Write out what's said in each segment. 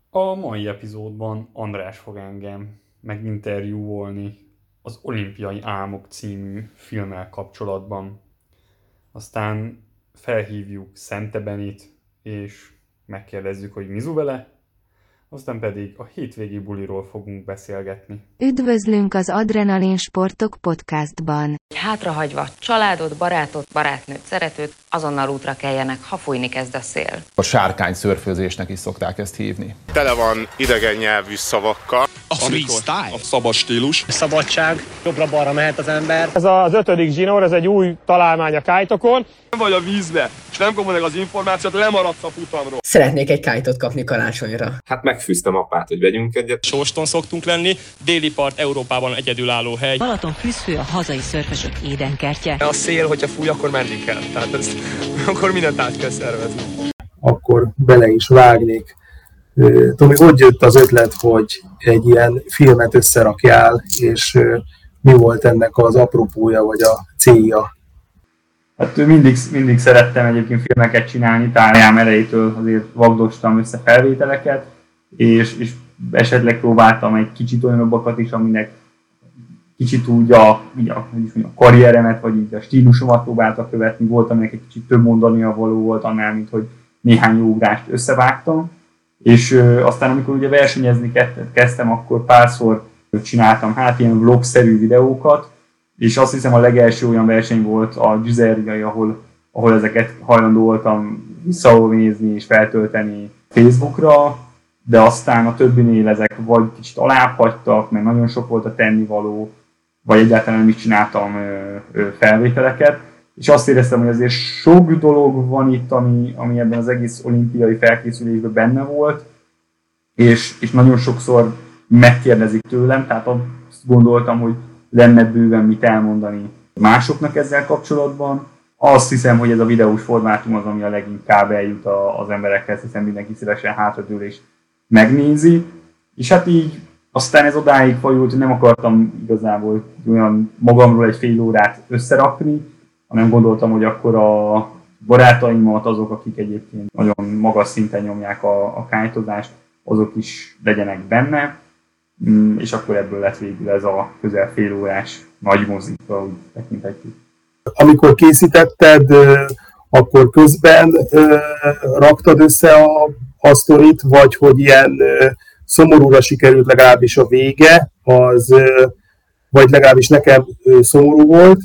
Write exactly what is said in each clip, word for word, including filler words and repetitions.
A mai epizódban András fog engem meginterjúvolni az Olimpiai Álmok című filmmel kapcsolatban. Aztán felhívjuk Szente Benit, és megkérdezzük, hogy mizu vele, aztán pedig a hétvégi buliról fogunk beszélgetni. Üdvözlünk az Adrenalin Sportok podcastban. Hátrahagyva családot, barátot, barátnőt, szeretőt, azonnal útra keljenek, ha fújni kezd a szél. A sárkány szörfőzésnek is szokták ezt hívni. Tele van idegen nyelvű szavakkal. A freestyle, a szabad stílus. A szabadság, jobbra-balra mehet az ember. Ez az ötödik zsinór, ez egy új találmány a kite-okon. Nem vagy a vízbe, és nem kapod meg az információt, lemaradsz a futamról. Szeretnék egy kite-ot kapni karácsonyra. Hát megfűztem apát, hogy vegyünk egyet. Sóston szoktunk lenni, déli part Európában egyedülálló hely. Balaton fűzfő a hazai szörfösök édenkertje. A szél, hogyha fúj, akkor menni kell. Tehát ezt, akkor mindent át kell szervezni. Akkor bele is vágnék. Tomi, hogy jött az ötlet, hogy egy ilyen filmet összerakjál, és mi volt ennek az apropója, vagy a célja? Hát mindig, mindig szerettem egyébként filmeket csinálni, pályám elejétől azért vagdostam össze felvételeket, és, és esetleg próbáltam egy kicsit olyanabbakat is, aminek kicsit úgy a, így a, a karrieremet, vagy így a stílusomat próbáltak követni, volt, aminek egy kicsit több mondania való volt annál, mint hogy néhány jó ugrást összevágtam. És ö, aztán amikor ugye versenyezni kezdtem, akkor párszor csináltam hát ilyen vlog-szerű videókat, és azt hiszem a legelső olyan verseny volt a Gyüzerjai, ahol, ahol ezeket hajlandó voltam visszanézni és feltölteni Facebookra, de aztán a többinél ezek vagy kicsit alább hagytak, mert nagyon sok volt a tennivaló, vagy egyáltalán nem is csináltam ö, ö, felvételeket. És azt éreztem, hogy azért sok dolog van itt, ami, ami ebben az egész olimpiai felkészülésben benne volt, és, és nagyon sokszor megkérdezik tőlem, tehát azt gondoltam, hogy lenne bőven mit elmondani másoknak ezzel kapcsolatban. Azt hiszem, hogy ez a videós formátum az, ami a leginkább eljut az emberekhez, hiszen mindenki szívesen hátradől és megnézi. És hát így aztán ez odáig fajult, hogy nem akartam igazából olyan magamról egy fél órát összerakni, hanem gondoltam, hogy akkor a barátaimat, azok, akik egyébként nagyon magas szinten nyomják a, a kite-ozást, azok is legyenek benne, és akkor ebből lett végül ez a közel fél órás nagy mozikra, úgy tekinthetjük. Amikor készítetted, akkor közben raktad össze a, a sztorit, vagy hogy ilyen szomorúra sikerült legalábbis a vége, az, vagy legalábbis nekem szomorú volt,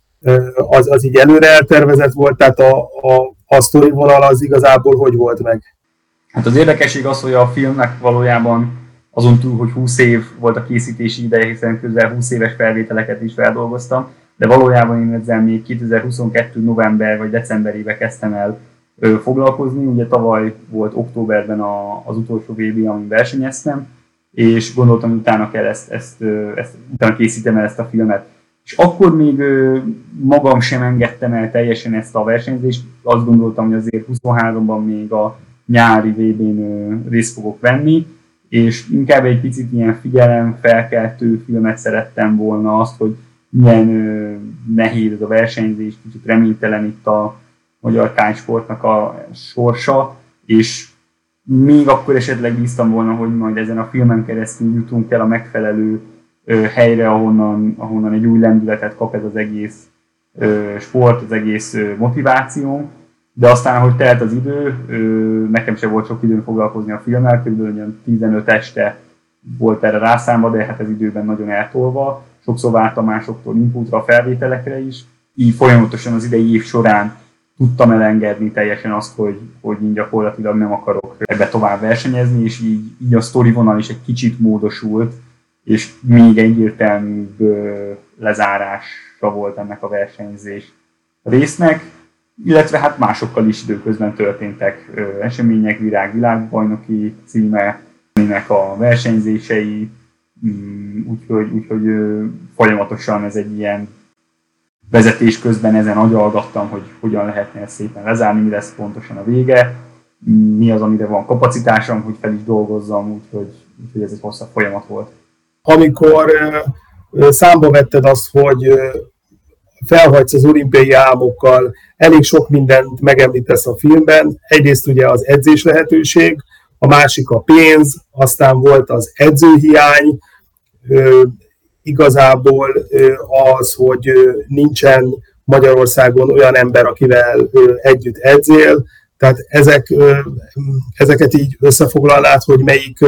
az, az így előre eltervezett volt, tehát a, a, a sztori vonal az igazából hogy volt meg? Hát az érdekesség az, hogy a filmnek valójában azon túl, hogy húsz év volt a készítési ideje, hiszen közel húsz éves felvételeket is feldolgoztam, de valójában én ezzel még kétezer-huszonkettő november vagy decemberében kezdtem el ö, foglalkozni. Ugye tavaly volt októberben a, az utolsó vé bé, amin versenyeztem, és gondoltam, hogy utána kell ezt, ezt, ezt, utána készítem el ezt a filmet. És akkor még ö, magam sem engedtem el teljesen ezt a versenyzést, azt gondoltam, hogy azért huszonháromban még a nyári vé bén ö, részt fogok venni, és inkább egy picit ilyen figyelemfelkeltő filmet szerettem volna, azt, hogy milyen ö, nehéz ez a versenyzés, kicsit reménytelen itt a magyar kite-sportnak a sorsa, és még akkor esetleg bíztam volna, hogy majd ezen a filmen keresztül jutunk el a megfelelő ö, helyre, ahonnan, ahonnan egy új lendületet kap ez az egész ö, sport, az egész ö, motiváció. De aztán, ahogy telt az idő, nekem sem volt sok időn foglalkozni a filmmel, kb. tizenöt este volt erre rászámba, de hát ez időben nagyon eltolva. Sokszor vártam másoktól inputra, felvételekre is. Így folyamatosan az idei év során tudtam elengedni teljesen azt, hogy, hogy én gyakorlatilag nem akarok ebbe tovább versenyezni, és így, így a sztori vonal is egy kicsit módosult, és még egyértelműbb lezárása volt ennek a versenyzés résznek. Illetve hát másokkal is időközben történtek ö, események, Virág világbajnoki címe, aminek a versenyzései, úgyhogy úgy, folyamatosan ez egy ilyen vezetés közben ezen agyalgattam, hogy hogyan lehetne ezt szépen lezárni, mi lesz pontosan a vége, mi az, amire van kapacitásom, hogy fel is dolgozzam, úgyhogy, úgyhogy ez egy hosszabb folyamat volt. Amikor ö, számba vetted azt, hogy ö, felhagysz az olimpiai álmokkal, elég sok mindent megemlítesz a filmben. Egyrészt ugye az edzés lehetőség, a másik a pénz, aztán volt az edzőhiány, igazából az, hogy nincsen Magyarországon olyan ember, akivel együtt edzél, tehát ezek, ezeket így összefoglalnád, hogy melyik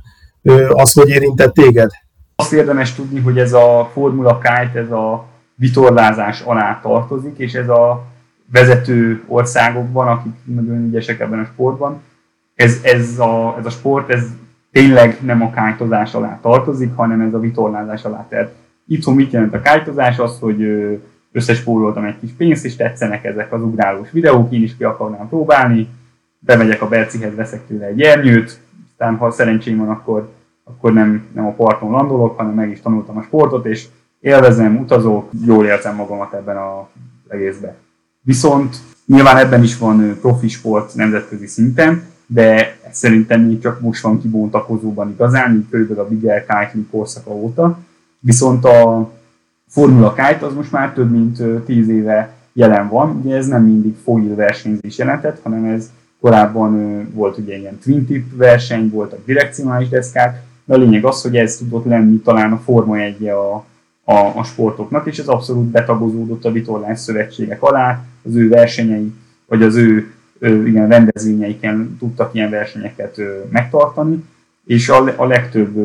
az, hogy érintett téged? Azt érdemes tudni, hogy ez a Formula Kite, ez a vitorlázás alá tartozik, és ez a vezető országokban, akik nagyon ügyesek ebben a sportban, ez, ez, a, ez a sport, ez tényleg nem a kite-ozás alá tartozik, hanem ez a vitorlázás alá. Tehát itthon mit jelent a kite-ozás? Az, hogy összespóroltam egy kis pénzt, és tetszenek ezek az ugrálós videók, én is ki akarnám próbálni, bemegyek a Bercihez, veszek tőle egy ernyőt, aztán ha szerencsém van, akkor, akkor nem, nem a parton landolok, hanem meg is tanultam a sportot, és élvezem, utazok, jól érzem magamat ebben az egészben. Viszont nyilván ebben is van profi sport nemzetközi szinten, de szerintem még csak most van kibontakozóban igazán, így körülbelül a Big Air Kite korszaka óta. Viszont a Formula Kite az most már több mint tíz éve jelen van. Ugye ez nem mindig foil versenyzés jelentett, hanem ez korábban volt ugye ilyen twin tip verseny, voltak direkcionális deszkák, de a lényeg az, hogy ez tudott lenni talán a Forma egy a, a, a sportoknak, és ez abszolút betagozódott a vitorlás szövetségek alá, az ő versenyei, vagy az ő igen, rendezvényeiken tudtak ilyen versenyeket megtartani, és a, a legtöbb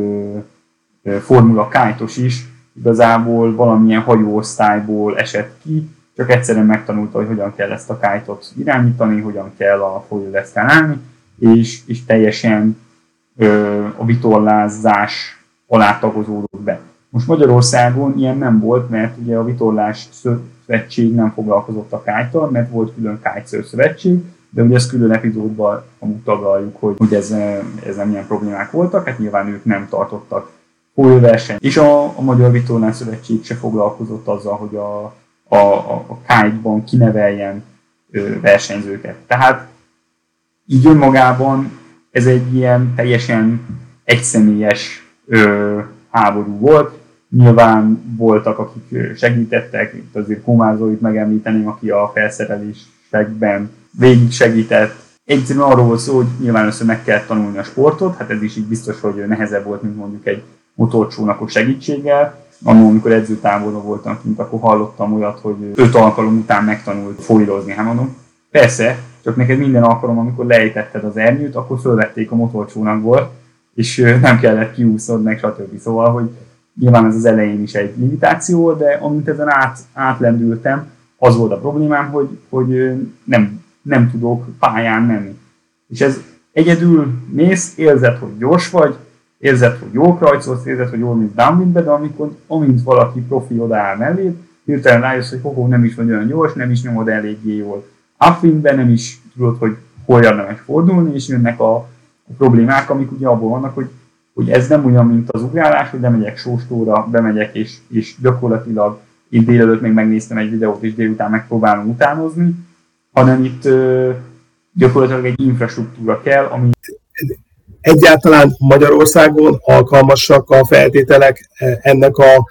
Formula Kite-os is igazából valamilyen hajóosztályból esett ki, csak egyszerűen megtanulta, hogy hogyan kell ezt a kite-ot irányítani, hogyan kell a folyódeszkán állni, és, és teljesen ö, a vitorlázás alá tagozódott be. Most Magyarországon ilyen nem volt, mert ugye a vitorlás szövetség nem foglalkozott a kite-tal, mert volt külön kitesurf szövetség, de ugye ezt külön epizódban amúgy taglaljuk, hogy, hogy ez, ez nem ilyen problémák voltak, hát nyilván ők nem tartottak folyóversenyt. És a, a Magyar Vitorlás Szövetség se foglalkozott azzal, hogy a, a, a kite-ban kineveljen ö, versenyzőket. Tehát így önmagában ez egy ilyen teljesen egyszemélyes ö, háború volt. Nyilván voltak, akik segítettek, itt azért Komázóit megemlíteném, aki a felszerelésekben végig segített. Egyszerűen arról volt szó, hogy nyilván össze meg kell tanulni a sportot, hát ez is így biztos, hogy nehezebb volt, mint mondjuk egy motorcsónakos segítséggel. Annól, amikor edzőtáborban voltam kint, akkor hallottam olyat, hogy öt alkalom után megtanult foilozni. Hát mondom, persze, csak neked minden alkalom, amikor lejtetted az ernyőt, akkor fölvették a motorcsónakból, és nem kellett kiúszod meg, stb. Szóval, hogy nyilván ez az elején is egy limitáció, de amint ezen át, átlendültem, az volt a problémám, hogy, hogy nem, nem tudok pályán menni. És ez egyedül mész, érzed, hogy gyors vagy, érzed, hogy jól krajcolsz, érzed, hogy jól mész downwindbe, de amikor, amint valaki profi odaáll melléd, hirtelen rájössz, hogy hoho, nem is vagy olyan gyors, nem is nyomod eléggé jól upwindbe, nem is tudod, hogy hol érdemes fordulni, és jönnek a, a problémák, amik ugye abból vannak, hogy, hogy ez nem olyan, mint az ugrálás, hogy bemegyek sóstóra, bemegyek, és, és gyakorlatilag én délelőtt még megnéztem egy videót, és délután megpróbálom utánozni, hanem itt ö, gyakorlatilag egy infrastruktúra kell, ami... Egyáltalán Magyarországon alkalmasak a feltételek ennek a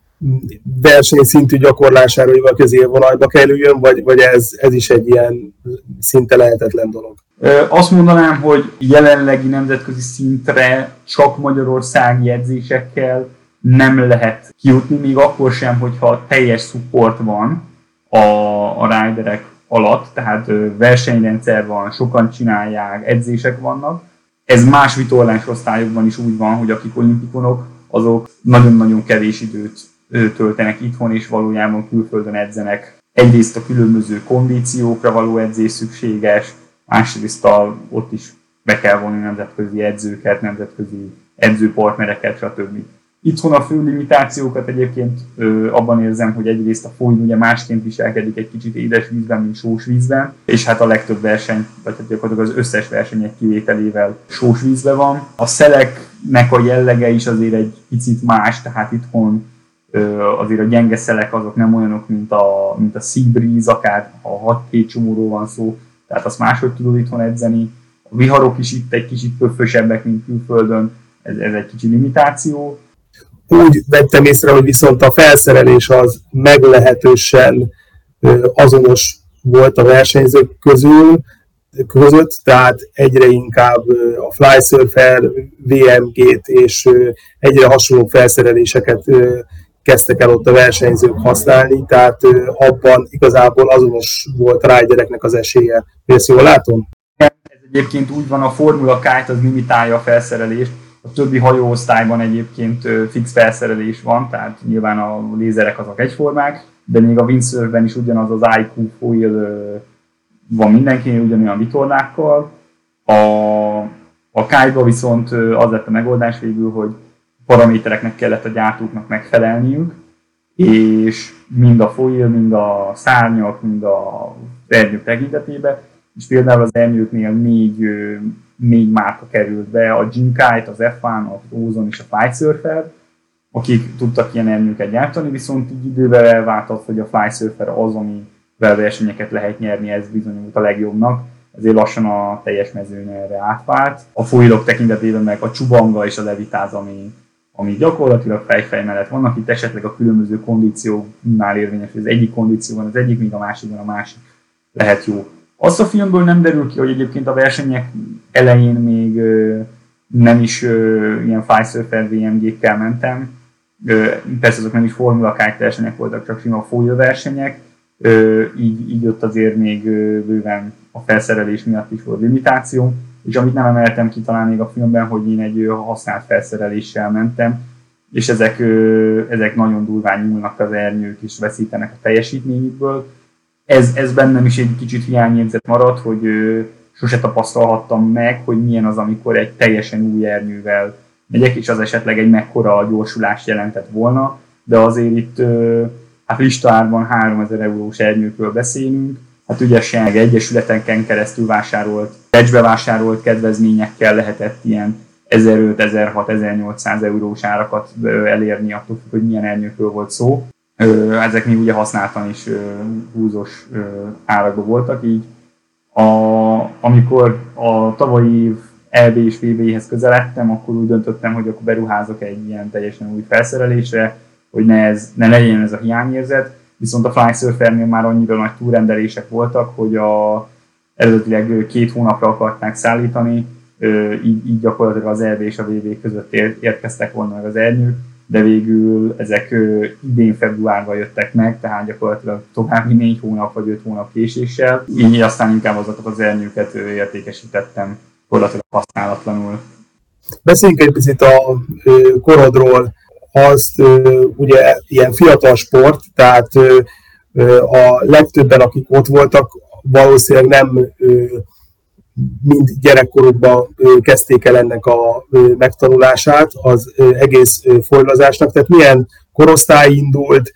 versenyszintű gyakorlására, hogy a közélvonalba kerüljön, vagy, vagy ez, ez is egy ilyen szinte lehetetlen dolog? Azt mondanám, hogy jelenlegi nemzetközi szintre csak magyarországi edzésekkel nem lehet kijutni, még akkor sem, hogyha teljes support van a, a riderek alatt, tehát versenyrendszer van, sokan csinálják, edzések vannak. Ez más vitorlás osztályokban is úgy van, hogy akik olimpikonok, azok nagyon-nagyon kevés időt töltenek itthon, és valójában külföldön edzenek. Egyrészt a különböző kondíciókra való edzés szükséges, másrészt a, ott is be kell vonni nemzetközi edzőket, nemzetközi edzőpartnereket, stb. Itthon a fő limitációkat egyébként ö, abban érzem, hogy egyrészt a folyó ugye másként viselkedik egy kicsit édes vízben, mint sós vízben, és hát a legtöbb verseny, vagy hát gyakorlatilag az összes verseny egy kivételével sós vízben van. A szeleknek a jellege is azért egy picit más, tehát itthon ö, azért a gyenge szelek azok nem olyanok, mint a, mint a Sea Breeze, akár a hat T csomóról van szó, tehát azt máshogy tudod itthon edzeni. A viharok is itt egy kicsit pöffösebbek, mint külföldön, ez, ez egy kicsi limitáció. Úgy vettem észre, hogy viszont a felszerelés az meglehetősen azonos volt a versenyzők közül, között, tehát egyre inkább a Flysurfer, vé em gé-t és egyre hasonló felszereléseket kezdtek el ott a versenyzők használni, tehát abban igazából azonos volt a ridereknek az esélye. Ezt jól látom? Ez egyébként úgy van, a Formula Kite az limitálja a felszerelést, a többi hajóosztályban egyébként fix felszerelés van, tehát nyilván a lézerek azok egyformák, de még a windsurfben is ugyanaz az i kú foil van mindenkinél, ugyanolyan vitorlákkal. A, a kite-ba viszont az lett a megoldás végül, hogy paramétereknek kellett a gyártóknak megfelelniük, és mind a foil, mind a szárnyak, mind a ernyők tekintetében, és például az ernyőknél négy, négy márka került be, a Jinkite, az ef egy, a Ozone és a Flysurfer, akik tudtak ilyen ernyőket gyártani, viszont így idővel elváltott, hogy a Flysurfer az, amivel versenyeket lehet nyerni, ez bizonyult a legjobbnak, ezért lassan a teljes mezőny erre átvált. A foilok tekintetében meg a Csubanga és a Levitáz, ami, ami gyakorlatilag fejfej mellett vannak, itt esetleg a különböző kondíciónál érvényes, hogy az egyik kondíció van az egyik, míg a másikban a másik lehet jó. Azt a filmből nem derül ki, hogy egyébként a versenyek elején még ö, nem is ö, ilyen Flysurfer vé em gé-kkel mentem. Ö, persze azok nem is Formula Kite versenyek voltak, csak sima foil versenyek. Ö, így, így ott azért még ö, bőven a felszerelés miatt is volt limitáció. És amit nem emeltem ki talán még a filmben, hogy én egy ö, használt felszereléssel mentem, és ezek, ö, ezek nagyon durván nyúlnak az ernyők, és veszítenek a teljesítményükből. Ez, ez bennem is egy kicsit hiányérzet maradt, hogy ö, sose tapasztalhattam meg, hogy milyen az, amikor egy teljesen új ernyővel megyek, és az esetleg egy mekkora gyorsulást jelentett volna, de azért itt ö, hát listaárban háromezer eurós ernyőkről beszélünk, hát ügyesen egyesületenken keresztül vásárolt, becsbe vásárolt kedvezményekkel lehetett ilyen ezerötszáz, ezerhatszáz, ezernyolcszáz eurós árakat ö, elérni, attól függ, hogy milyen ernyőkről volt szó. Ezek még ugye használtan is húzós árakban voltak, így a, amikor a tavalyi év é bé és vé bé-hez közeledtem, akkor úgy döntöttem, hogy akkor beruházok egy ilyen teljesen új felszerelésre, hogy ne, ez, ne legyen ez a hiányérzet, viszont a Flysurfernél már annyira nagy túlrendelések voltak, hogy a, eredetileg két hónapra akarták szállítani, így, így gyakorlatilag az é bé és a vé bé között ér, érkeztek volna meg az ernyők, de végül ezek ö, idén februárban jöttek meg, tehát gyakorlatilag további négy hónap vagy öt hónap késéssel. Így aztán inkább azokat az ernyőket ö, értékesítettem gyakorlatilag használatlanul. Beszéljünk egy picit a ö, korodról. Azt ö, ugye ilyen fiatal sport, tehát ö, ö, a legtöbben, akik ott voltak, valószínűleg nem ö, mind gyerekkorukban kezdték el ennek a megtanulását az egész foilozásnak. Tehát milyen korosztály indult,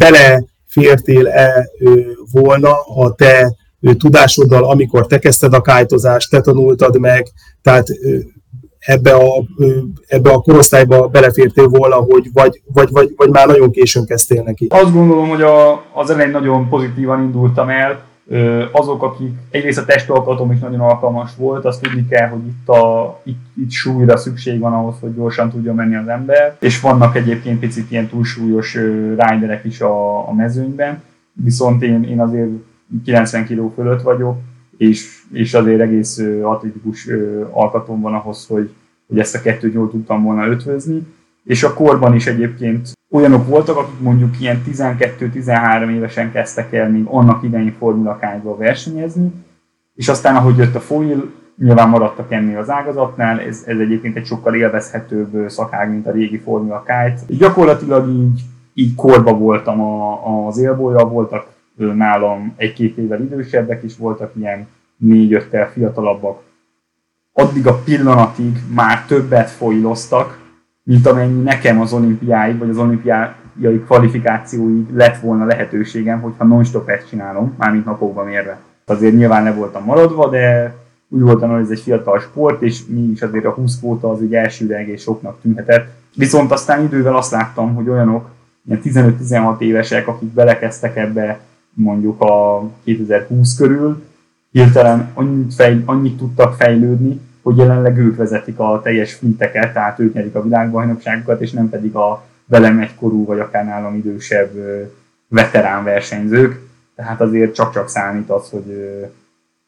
belefértél-e volna a te tudásoddal, amikor te kezdted a kite-ozást, te tanultad meg, tehát ebbe a, ebbe a korosztályba belefértél volna, hogy vagy, vagy, vagy, vagy már nagyon későn kezdtél neki? Azt gondolom, hogy a, az elején nagyon pozitívan indultam el. Azok, akik egyrészt a testalkatom is nagyon alkalmas volt, azt tudni kell, hogy itt, a, itt, itt súlyra szükség van ahhoz, hogy gyorsan tudjon menni az ember, és vannak egyébként picit ilyen túlsúlyos riderek is a, a mezőnyben, viszont én, én azért kilencven kiló fölött vagyok, és, és azért egész atletikus alkatom van ahhoz, hogy, hogy ezt a kettőt jól tudtam volna ötvözni, és a korban is egyébként olyanok voltak, akik mondjuk ilyen tizenkettő-tizenhárom évesen kezdtek el még annak idején Formula Kite-ba versenyezni, és aztán ahogy jött a foil, nyilván maradtak ennél az ágazatnál, ez, ez egyébként egy sokkal élvezhetőbb szakág, mint a régi Formula Kite. Gyakorlatilag így, így korba voltam a, az élbolyra, voltak nálam egy-két évvel idősebbek is, voltak ilyen négy-öttel fiatalabbak. Addig a pillanatig már többet foiloztak, mint amennyi nekem az olimpiáig, vagy az olimpiai kvalifikációig lett volna lehetőségem, hogyha non-stop ezt csinálom, mármint napokban mérve. Azért nyilván le voltam maradva, de úgy voltam, hogy ez egy fiatal sport, és mégis azért a húsz kvóta az úgy elsőre egész soknak tűnhetett. Viszont aztán idővel azt láttam, hogy olyanok, ilyen tizenöt-tizenhat évesek, akik belekezdtek ebbe mondjuk a kétezer-húsz körül, hirtelen annyit, fej, annyit tudtak fejlődni, hogy jelenleg ők vezetik a teljes fleeteket, tehát ők nyerik a világbajnokságokat, és nem pedig a velem egykorú, vagy akár nálam idősebb veterán versenyzők. Tehát azért csak-csak számít az, hogy,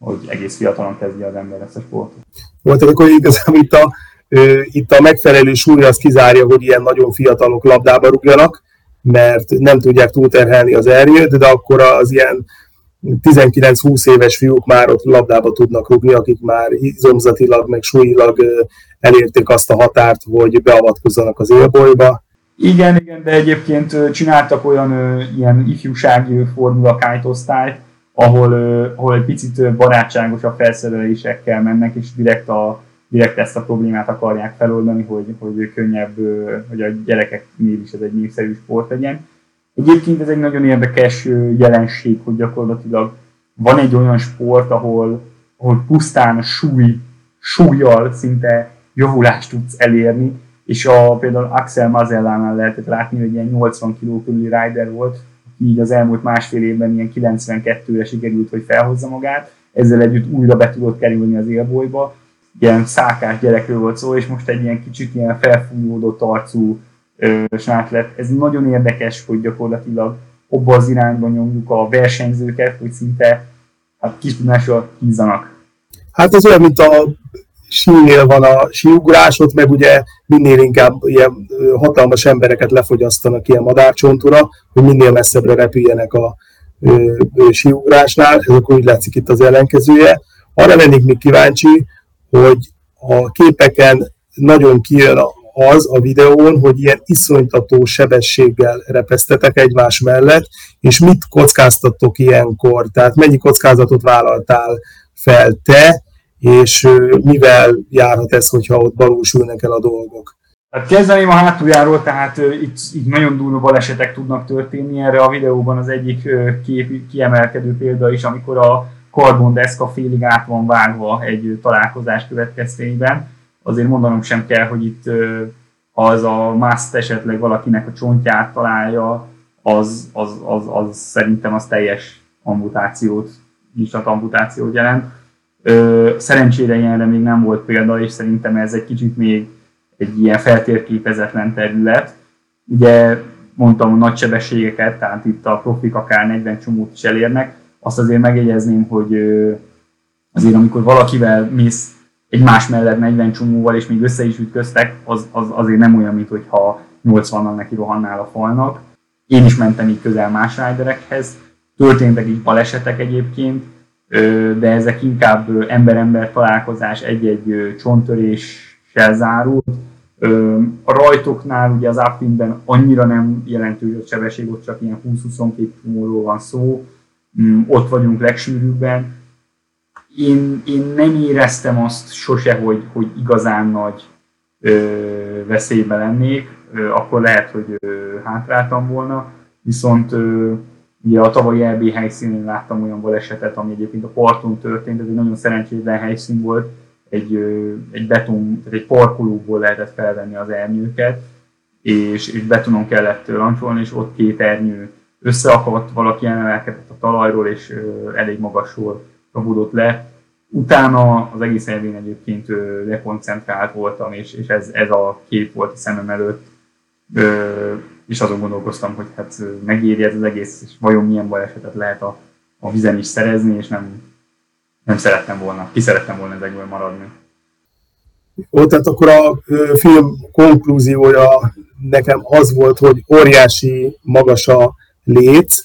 hogy egész fiatalon kezdje az ember ezt a sportot. Volt, akkor igazából itt a, itt a megfelelő súly az kizárja, hogy ilyen nagyon fiatalok labdába rúgjanak, mert nem tudják túlterhelni az ernyőt, de akkor az ilyen tizenkilenc-húsz éves fiúk már ott labdába tudnak rúgni, akik már izomzatilag, meg súlyilag elérték azt a határt, hogy beavatkozzanak az élbolyba. Igen, igen, de egyébként csináltak olyan ilyen ifjúsági formula kite osztályt, ahol, ahol egy picit barátságosabb felszerelésekkel mennek, és direkt, a, direkt ezt a problémát akarják feloldani, hogy, hogy könnyebb, hogy a gyerekeknél is ez egy népszerű sport legyen. Egyébként ez egy nagyon érdekes jelenség, hogy gyakorlatilag van egy olyan sport, ahol, ahol pusztán súly, súlyjal szinte javulást tudsz elérni, és a, például Axel Mazellánál lehetett látni, hogy ilyen nyolcvan kiló körüli rider volt, így az elmúlt másfél évben ilyen kilencvenkettőre sikerült, hogy felhozza magát, ezzel együtt újra be tudott kerülni az élbolyba. Ilyen szákás gyerekről volt szó, és most egy ilyen kicsit ilyen felfújódott arcú srác lett. Ez nagyon érdekes, hogy gyakorlatilag abba az irányba nyomjuk a versenyzőket, hogy szinte hát kis tudással hízzanak. Hát ez olyan, mint a sínél van a síugrás, ott meg ugye minél inkább ilyen hatalmas embereket lefogyasztanak ilyen madárcsontura, hogy minél messzebbre repüljenek a ö, ö, síugrásnál, ez akkor úgy látszik itt az ellenkezője. Arra lennék még kíváncsi, hogy a képeken nagyon kijön az a videón, hogy ilyen iszonytató sebességgel repesztetek egymás mellett, és mit kockáztattok ilyenkor, tehát mennyi kockázatot vállaltál fel te, és mivel járhat ez, hogyha ott valósulnak el a dolgok? Hát kezdeném a hátuljáról, tehát uh, itt, itt nagyon durva balesetek tudnak történni. Erre a videóban az egyik uh, kép, kiemelkedő példa is, amikor a karbondeszka félig át van vágva egy uh, találkozás következtében. Azért mondanom sem kell, hogy itt uh, az a mászt esetleg valakinek a csontját találja, az, az, az, az szerintem az teljes amputációt, nyisat amputációt jelent. Ö, szerencsére ilyenre még nem volt példa, és szerintem ez egy kicsit még egy ilyen feltérképezetlen terület. Ugye mondtam a nagy sebességeket, tehát itt a profik akár negyven csomót is elérnek. Azt azért megjegyezném, hogy ö, azért amikor valakivel mész egymás mellett negyven csomóval, és még össze is ütköztek, az, az azért nem olyan, mint hogyha nyolcvannal neki rohannál a falnak. Én is mentem így közel más riderekhez. Történtek így balesetek egyébként, de ezek inkább ember-ember találkozás, egy-egy csonttöréssel zárult. A rajtoknál ugye az upwindben annyira nem jelentős a sebesség, ott csak ilyen húsz-huszonkettő csomóról van szó, ott vagyunk legsűrűbben. Én, én nem éreztem azt sose, hogy, hogy igazán nagy ö, veszélybe lennék, ö, akkor lehet, hogy ö, hátráltam volna, viszont ö, ugye a tavalyi é bé helyszínén láttam olyan balesetet, ami egyébként a parton történt, ez egy nagyon szerencsétlen helyszín volt, egy, egy beton, tehát egy parkolóból lehetett felvenni az ernyőket, és, és betonon kellett lancsolni, és ott két ernyő összeakadt, valaki emelkedett a talajról, és elég magasról rabodott le. Utána az egész elvén egyébként lekoncentrált voltam, és, és ez, ez a kép volt a szemem előtt. És azon gondolkoztam, hogy hát megéri ez az egész, és vajon milyen balesetet lehet a, a vizen is szerezni, és nem, nem szerettem volna, ki szerettem volna ezekből maradni. Ó, tehát akkor a film konklúziója nekem az volt, hogy óriási magas a léc,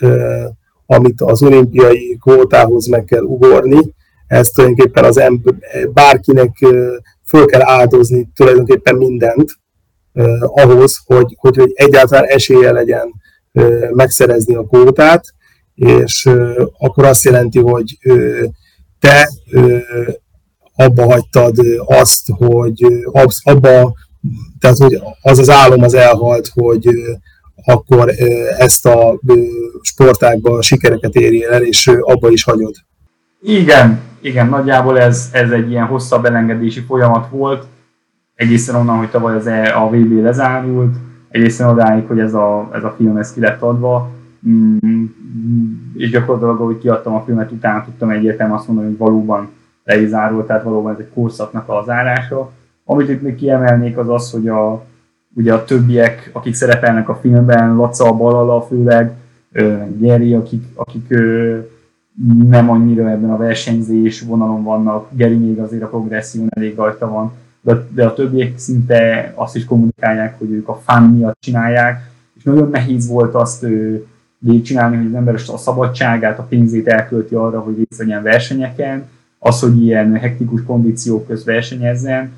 amit az olimpiai kvótához meg kell ugorni. Ez tulajdonképpen az ember, bárkinek föl kell áldozni tulajdonképpen mindent, Uh, ahhoz, hogy, hogy, hogy egyáltalán esélye legyen uh, megszerezni a kvótát, és uh, akkor azt jelenti, hogy uh, te uh, abba hagytad azt, hogy uh, abba, tehát hogy az az álom az elhalt, hogy uh, akkor uh, ezt a uh, sportágban sikereket érjél el, és uh, abba is hagyod. Igen, igen, nagyjából ez, ez egy ilyen hosszabb elengedési folyamat volt, egészen onnan, hogy tavaly az e, a vé bé lezárult, egészen odáig, hogy ez a, ez a film ez ki lett adva, mm, és gyakorlatilag, hogy kiadtam a filmet, utána tudtam egyértelműen azt mondani, hogy valóban le is zárult, tehát valóban ez egy korszaknak a zárása. Amit itt még kiemelnék, az az, hogy a, ugye a többiek, akik szerepelnek a filmben, Laca, Balala főleg, Gyeri, akik, akik nem annyira ebben a versenyzés vonalon vannak, Geri még azért a progresszión elég rajta van, de, de a többiek szinte azt is kommunikálják, hogy ők a fun miatt csinálják, és nagyon nehéz volt azt végigcsinálni, hogy az ember a szabadságát, a pénzét elkölti arra, hogy részt vegyen versenyeken, az, hogy ilyen hektikus kondíciók közt versenyezzen,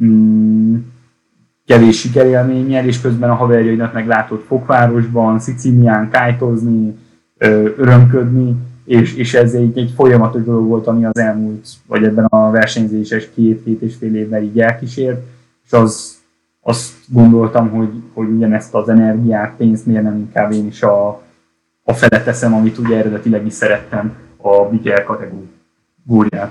mm, kevés sikerélménnyel, és közben a haverjainak meglátott Fokvárosban, Szicílián kájtozni, örömködni, és, és ez egy, egy folyamatos dolog volt, ami az elmúlt, vagy ebben a versenyzéses két-két és fél évben így elkísért, és az, azt gondoltam, hogy, hogy ugyanezt az energiát, pénzt miért nem inkább én is a, a fele teszem, amit ugye eredetileg is szerettem, a Big Air kategóriát.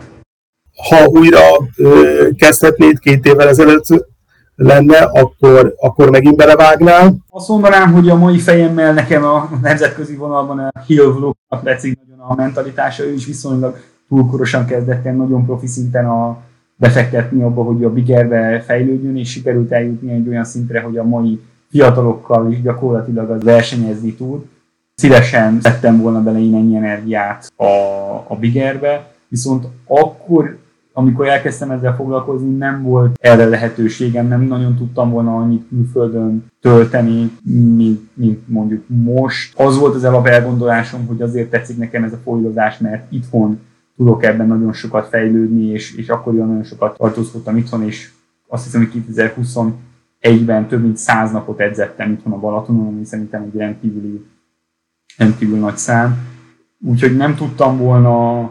Ha újra ö, kezdhetnéd két évvel ezelőtt lenne, akkor, akkor megint belevágnál? Azt mondanám, hogy a mai fejemmel nekem a nemzetközi vonalban a Hill Vlognak tetszik nagyon a mentalitása, ő is viszonylag túlkorosan kezdett el nagyon profi szinten a befektetni abba, hogy a Big Airbe fejlődjön, és sikerült eljutni egy olyan szintre, hogy a mai fiatalokkal is gyakorlatilag az versenyezni tud. Szívesen tettem volna bele én ennyi energiát a, a Big Airbe, viszont akkor, amikor elkezdtem ezzel foglalkozni, nem volt erre lehetőségem, nem nagyon tudtam volna annyit külföldön tölteni, mint, mint mondjuk most. Az volt az alap elgondolásom, hogy azért tetszik nekem ez a folyadozás, mert itthon tudok ebben nagyon sokat fejlődni, és, és akkoriban nagyon sokat tartózkodtam itthon, és azt hiszem, hogy kétezer-huszonegyben több mint száz napot edzettem itthon a Balatonon, ami szerintem egy rendkívüli, rendkívül nagy szám. Úgyhogy nem tudtam volna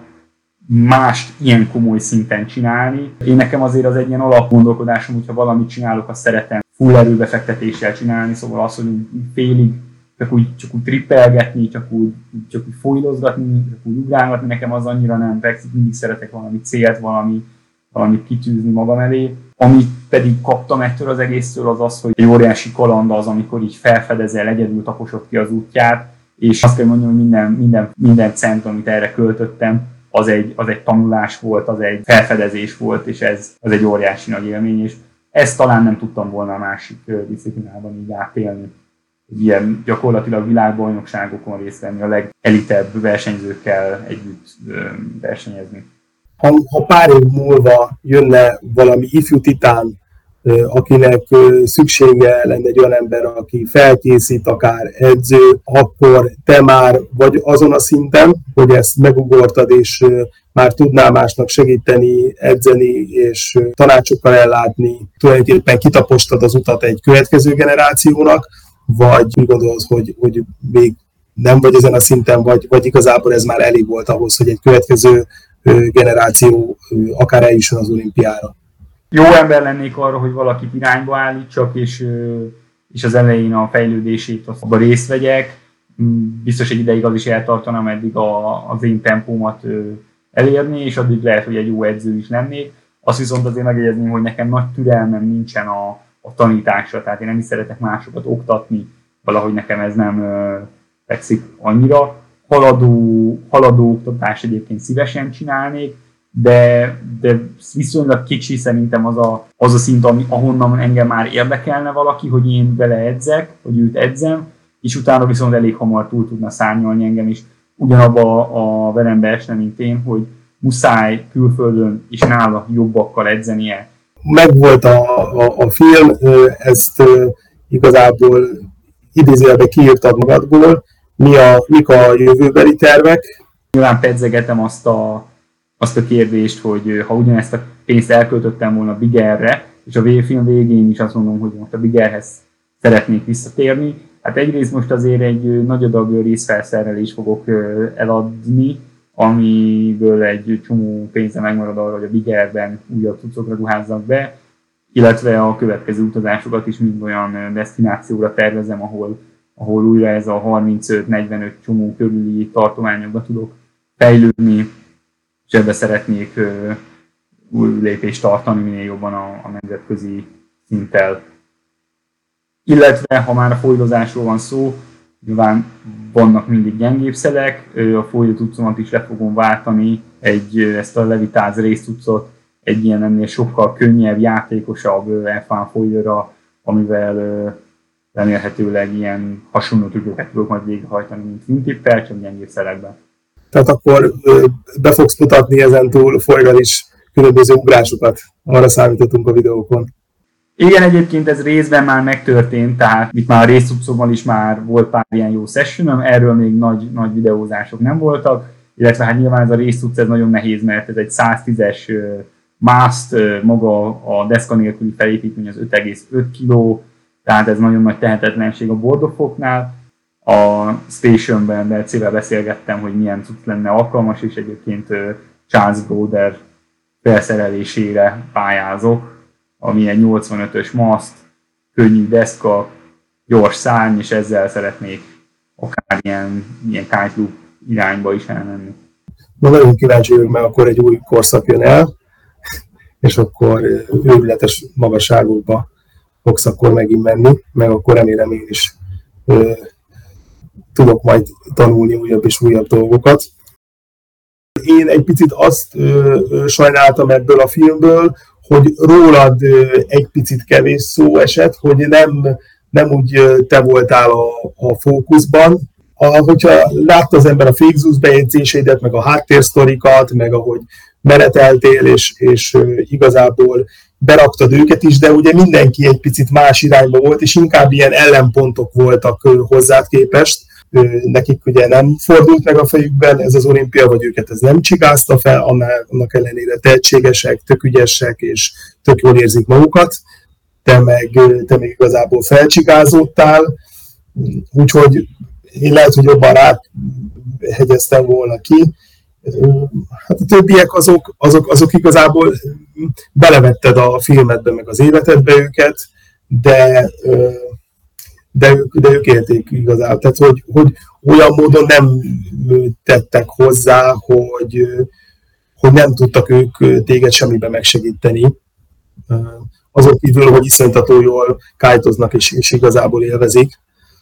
mást ilyen komoly szinten csinálni. Én nekem azért az egy ilyen alapgondolkodásom, hogyha valamit csinálok, azt szeretem full erőbefektetéssel csinálni, szóval az, hogy félig csak úgy, csak úgy trippelgetni, csak úgy, csak úgy folylozgatni, csak úgy ugrálgatni, nekem az annyira nem fekszik, mindig szeretek valami célt, valami, valamit kitűzni magam elé. Amit pedig kaptam ettől az egésztől, az az, hogy egy óriási kaland az, amikor így felfedezel, egyedül taposod ki az útját, és azt kell mondjam, hogy minden, minden, minden cent, amit erre költöttem, az egy, az egy tanulás volt, az egy felfedezés volt, és ez az egy óriási nagy élmény, és ezt talán nem tudtam volna a másik disziplinában így átélni. Ilyen gyakorlatilag világbajnokságokon részt venni, a legelitebb versenyzőkkel együtt versenyezni. Ha, ha pár év múlva jönne valami ifjú titán, akinek szüksége lenne egy olyan ember, aki felkészít, akár edző, akkor te már vagy azon a szinten, hogy ezt megugortad, és már tudnál másnak segíteni, edzeni, és tanácsokkal ellátni, tulajdonképpen kitapostad az utat egy következő generációnak, vagy úgy gondolod, hogy, hogy még nem vagy ezen a szinten, vagy, vagy igazából ez már elég volt ahhoz, hogy egy következő generáció akár eljusson az olimpiára. Jó ember lennék arra, hogy valakit irányba állítsak, és, és az elején a fejlődését abban részt vegyek. Biztos egy ideig az is eltartana, meddig a, az én tempómat elérni, és addig lehet, hogy egy jó edző is lennék. Azt viszont azért megjegyezném, hogy nekem nagy türelmem nincsen a, a tanításra, tehát én nem is szeretek másokat oktatni, valahogy nekem ez nem fekszik annyira. Haladó, haladó oktatás egyébként szívesen csinálnék, de, de viszonylag kicsi szerintem az a, az a szint, ami, ahonnan engem már érdekelne valaki, hogy én vele edzek, hogy őt edzem, és utána viszont elég hamar túl tudna szárnyalni engem is ugyanabba a verembe esne, mint én, hogy muszáj külföldön és nála jobbakkal edzenie. Megvolt a, a, a film, ezt igazából idézőjelben kiírtad magadból. Mi a, mik a jövőbeli tervek? Nyilván pedzegetem azt a, azt a kérdést, hogy ha ugyanezt a pénzt elköltöttem volna Big Airre, és a film végén is azt mondom, hogy most a Big Airhez szeretnék visszatérni. Hát egyrészt most azért egy nagy adag részfelszerelést fogok eladni, amiből egy csomó pénze megmarad arra, hogy a Big Airben újabb cuccokra ruházzak be, illetve a következő utazásokat is mind olyan desztinációra tervezem, ahol, ahol újra ez a harmincöt-negyvenöt csomó körüli tartományokba tudok fejlődni, és ebbe szeretnék új lépést tartani minél jobban a, a nemzetközi szinttel. Illetve, ha már a folydozásról van szó, nyilván vannak mindig gyengébb szelek, a folydotucomat is le fogom váltani, egy, ezt a Levitáz résztucot egy ilyen ennél sokkal könnyebb, játékosabb ef egy folydra, amivel remélhetőleg ilyen hasonló trükköket tudok majd végrehajtani, mint Wingtippel, csak gyengébb szelekben. Tehát akkor be fogsz mutatni ezentúl folyamatosan is különböző ugrásokat. Arra számítottunk a videókon. Igen, egyébként ez részben már megtörtént, tehát itt már a résztudszommal is már volt pár ilyen jó sessionom, erről még nagy, nagy videózások nem voltak, illetve hát nyilván ez a résztudsz ez nagyon nehéz, mert ez egy száztízes mászt, maga a deszka nélküli felépítmény az öt egész öt kiló, tehát ez nagyon nagy tehetetlenség a Board of Hope-nál. A Stationben Bercével beszélgettem, hogy milyen cucc lenne alkalmas, és egyébként Charles Broder felszerelésére pályázok, ami egy nyolcvanötös maszt, könnyű deszka, gyors szárny, és ezzel szeretnék akár ilyen, ilyen kite loop irányba is elmenni. Na, nagyon kíváncsi vagyok, mert akkor egy új korszak jön el, és akkor őrületes magasságokba fogsz akkor megint menni, meg akkor remélem én is ö, tudok majd tanulni újabb és újabb dolgokat. Én egy picit azt ö, ö, sajnáltam ebből a filmből, hogy rólad ö, egy picit kevés szó esett, hogy nem, nem úgy ö, te voltál a, a fókuszban. Hogyha látta az ember a fake news bejegyzéseidet, meg a háttérsztorikat, meg ahogy meneteltél, és, és ö, igazából beraktad őket is, de ugye mindenki egy picit más irányba volt, és inkább ilyen ellenpontok voltak ö, hozzád képest. Nekik ugye nem fordult meg a fejükben ez az olimpia, vagy őket ez nem csigázta fel, annak ellenére tehetségesek, tök ügyesek, és tök jól érzik magukat, te meg, te meg igazából felcsigázódtál, úgyhogy én lehet, hogy jobban ráhegyeztem volna ki. Hát a többiek azok, azok, azok igazából belevetted a filmedbe, meg az életedbe őket, de De ők, de ők élték igazából. Tehát, hogy, hogy olyan módon nem tettek hozzá, hogy, hogy nem tudtak ők téged semmiben megsegíteni. Azok kívül, hogy iszonytató jól kájtoznak és, és igazából élvezik.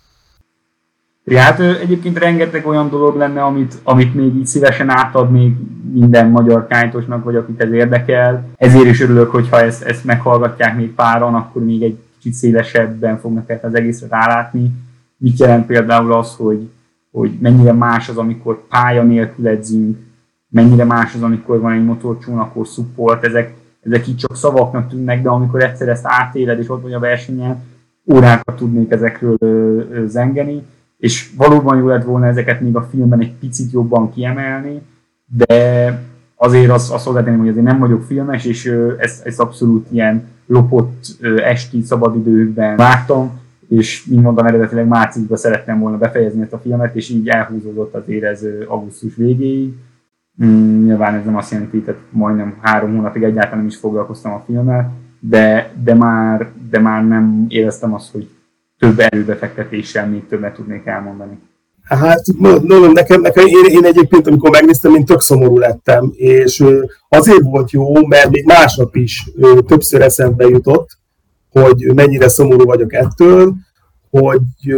Ja, hát egyébként rengeteg olyan dolog lenne, amit, amit még így szívesen átadnék minden magyar kájtosnak, vagy akit ez érdekel. Ezért is örülök, hogyha ezt, ezt meghallgatják még páran, akkor még egy kicsit szélesebben fognak az egészre rálátni. Mit jelent például az, hogy, hogy mennyire más az, amikor pálya nélkül edzünk, mennyire más az, amikor van egy motorcsónakos support, ezek, ezek így csak szavaknak tűnnek, de amikor egyszer ezt átéled, és ott vagy a versenyen, órákat tudnék ezekről ö, ö, zengeni, és valóban jó lett volna ezeket még a filmben egy picit jobban kiemelni, de azért azt, azt hozzátenném, hogy azért nem vagyok filmes, és ö, ezt, ezt abszolút ilyen lopott ö, esti szabadidőkben vártam, és mint mondtam, eredetileg márciusban szerettem volna befejezni ezt a filmet, és így elhúzódott azért ez ö, augusztus végéig. Mm, nyilván ez nem azt jelenti, hogy majdnem három hónapig egyáltalán nem is foglalkoztam a filmmel, de, de, már, de már nem éreztem azt, hogy több erőbefektetéssel még többet tudnék elmondani. Hát, no, no, nekem, nekem én, én egyébként, amikor megnéztem, én tök szomorú lettem, és azért volt jó, mert még másnap is többször eszembe jutott, hogy mennyire szomorú vagyok ettől, hogy,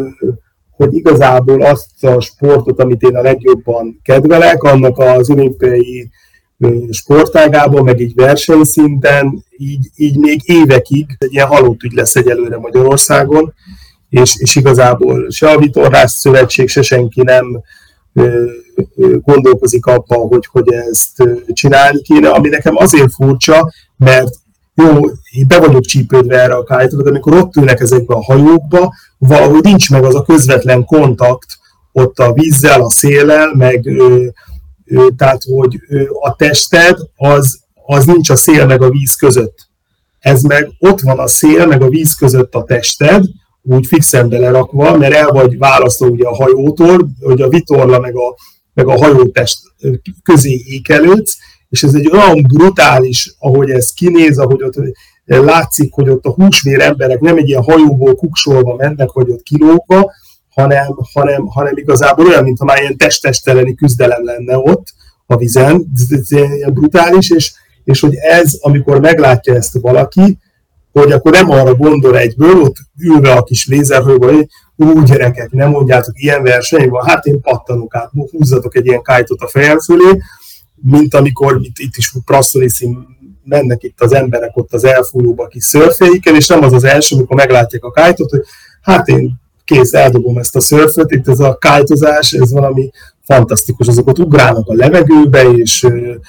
hogy igazából azt a sportot, amit én a legjobban kedvelek, annak az olimpiai sportágában, meg így versenyszinten, így, így még évekig egy ilyen halott ügy lesz egyelőre Magyarországon, és, és igazából se a Vitorlás Szövetség, se senki nem ö, ö, gondolkozik abban, hogy, hogy ezt ö, csinálni kéne, ami nekem azért furcsa, mert jó, be vagyok csípődve erre a kite-ra, de amikor ott ülnek ezekbe a hajókba, valahogy nincs meg az a közvetlen kontakt ott a vízzel, a széllel, meg ö, ö, tehát, hogy ö, a tested, az, az nincs a szél meg a víz között. Ez meg ott van a szél meg a víz között a tested, úgy fixen belerakva, mert el vagy választva ugye a hajótól, hogy a vitorla meg a, meg a hajótest közé ékelődsz, és ez egy olyan brutális, ahogy ez kinéz, ahogy ott látszik, hogy ott a húsvér emberek nem egy ilyen hajóból kuksolva mennek, vagy ott kilógva, hanem, hanem, hanem igazából olyan, mintha már ilyen test-testeleni küzdelem lenne ott a vízen, ez ilyen brutális, és, és hogy ez, amikor meglátja ezt valaki, hogy akkor nem arra gondol egyből, ott ülve a kis lézerhőből, hogy ú, gyerekek, nem mondjátok, ilyen verseny van, hát én pattanok át, húzzatok egy ilyen kite-ot a fejem fölé, mint amikor itt, itt is prasszoliszin mennek itt az emberek ott az elfújóba kis szörfjeiken, és nem az az első, amikor meglátják a kite-ot, hogy hát én kész, eldobom ezt a szörföt, itt ez a kite-ozás, ez valami fantasztikus, azok ott ugrálnak a levegőbe, és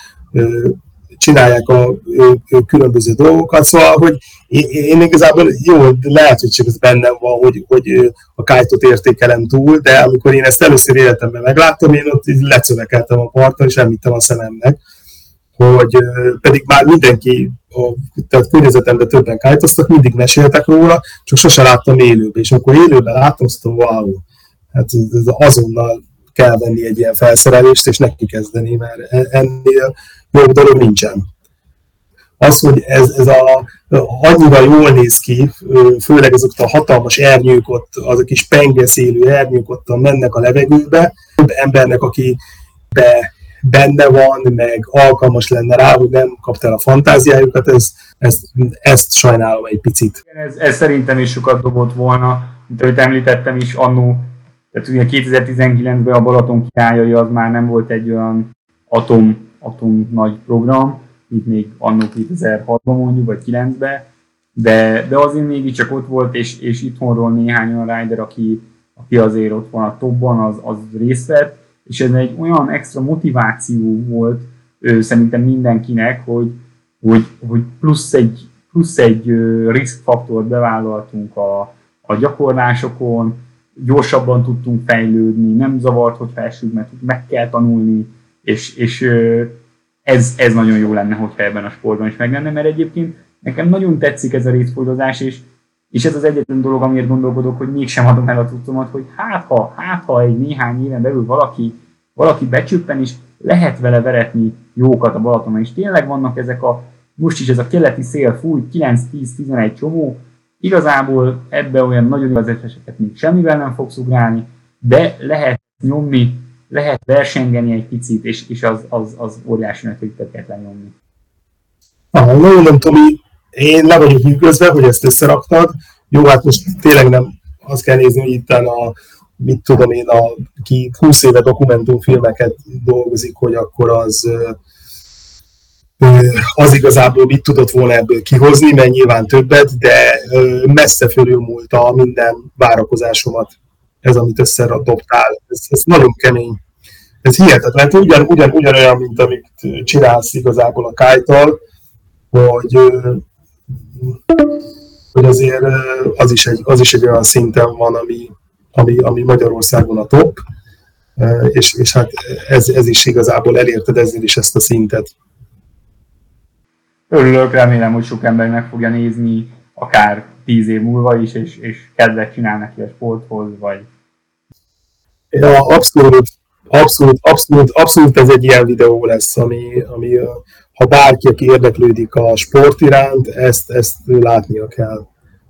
csinálják a különböző dolgokat, szóval, hogy én igazából jó, lehet, hogy csak ez bennem van, hogy, hogy a kite-ot értékelem túl, de amikor én ezt először életemben megláttam, én ott lecövekeltem a parton, és elvittem a szememnek, hogy pedig már mindenki, a, tehát környezetemben többen kite-oztak, mindig meséltek róla, csak sose láttam élőben, és amikor élőben láttam, azt mondtam, wow, hát azonnal kell venni egy ilyen felszerelést, és neki kezdeni, mert ennél jobb dolog nincsen. Az, hogy ez, ez a, annyira jól néz ki, főleg azok a hatalmas ernyők ott, az a kis pengeszélő ernyők ott mennek a levegőbe, több embernek, aki be, benne van, meg alkalmas lenne rá, hogy nem kapta el a fantáziájukat, ez, ezt, ezt sajnálom egy picit. Ez, ez szerintem is sokat dobott volna, mint ahogy említettem is annó, tehát ugye kétezer-tizenkilencben a Balaton királyai az már nem volt egy olyan atom, atom nagy program, itt még annó kétezer-hatban mondjuk, vagy kilencben, de, de azért mégiscsak ott volt, és, és itthonról néhány olyan rider, aki, aki azért ott van a topban, az, az részt vett, és ez egy olyan extra motiváció volt ő, szerintem mindenkinek, hogy, hogy, hogy plusz egy, plusz egy riskfaktort bevállaltunk a, a gyakorlásokon, gyorsabban tudtunk fejlődni, nem zavart, hogyha esünk, mert meg kell tanulni, és, és ez, ez nagyon jó lenne, hogyha ebben a sportban is meg lenne, mert egyébként nekem nagyon tetszik ez a részfoldozás, és, és ez az egyetlen dolog, amiért gondolkodok, hogy mégsem adom el a tudtomat, hogy hát ha, hát ha egy néhány éven belül valaki, valaki becsüppen, és lehet vele veretni jókat a Balatonon, és tényleg vannak ezek a, most is ez a keleti szél fúj, kilenc-tíz-tizenegy csomó, igazából ebbe olyan nagyon jó az eseteket még semmivel nem fogsz ugrálni, de lehet nyomni, lehet versengeni egy picit, és, és az, az, az óriási nagy, hogy többet lenyomni. Ah, nagyon nem, Tomi, én le vagyok nyűgözve, hogy ezt összeraktad. Jó, hát most tényleg nem azt kell nézni, hogy itt a, mit tudom én, a, ki húsz éve dokumentumfilmeket dolgozik, hogy akkor az az igazából mit tudott volna ebből kihozni, mert nyilván többet, de messze fölülmúlta minden várakozásomat. Ez, amit összedobtál, ez, ez nagyon kemény. Ez hihetetlen, ugyan, ugyan, ugyanolyan, mint amit csinálsz igazából a kite-tal, hogy, hogy azért az is, egy, az is egy olyan szinten van, ami, ami, ami Magyarországon a top, és, és hát ez, ez is igazából elérted ezzel is ezt a szintet. Örülök, remélem, hogy sok ember meg fogja nézni, akár tíz év múlva is, és, és kedvet csinál neki a sporthoz, vagy... Ja, abszolút, abszolút, abszolút, abszolút ez egy ilyen videó lesz, ami, ami ha bárki, aki érdeklődik a sport iránt, ezt, ezt látnia kell.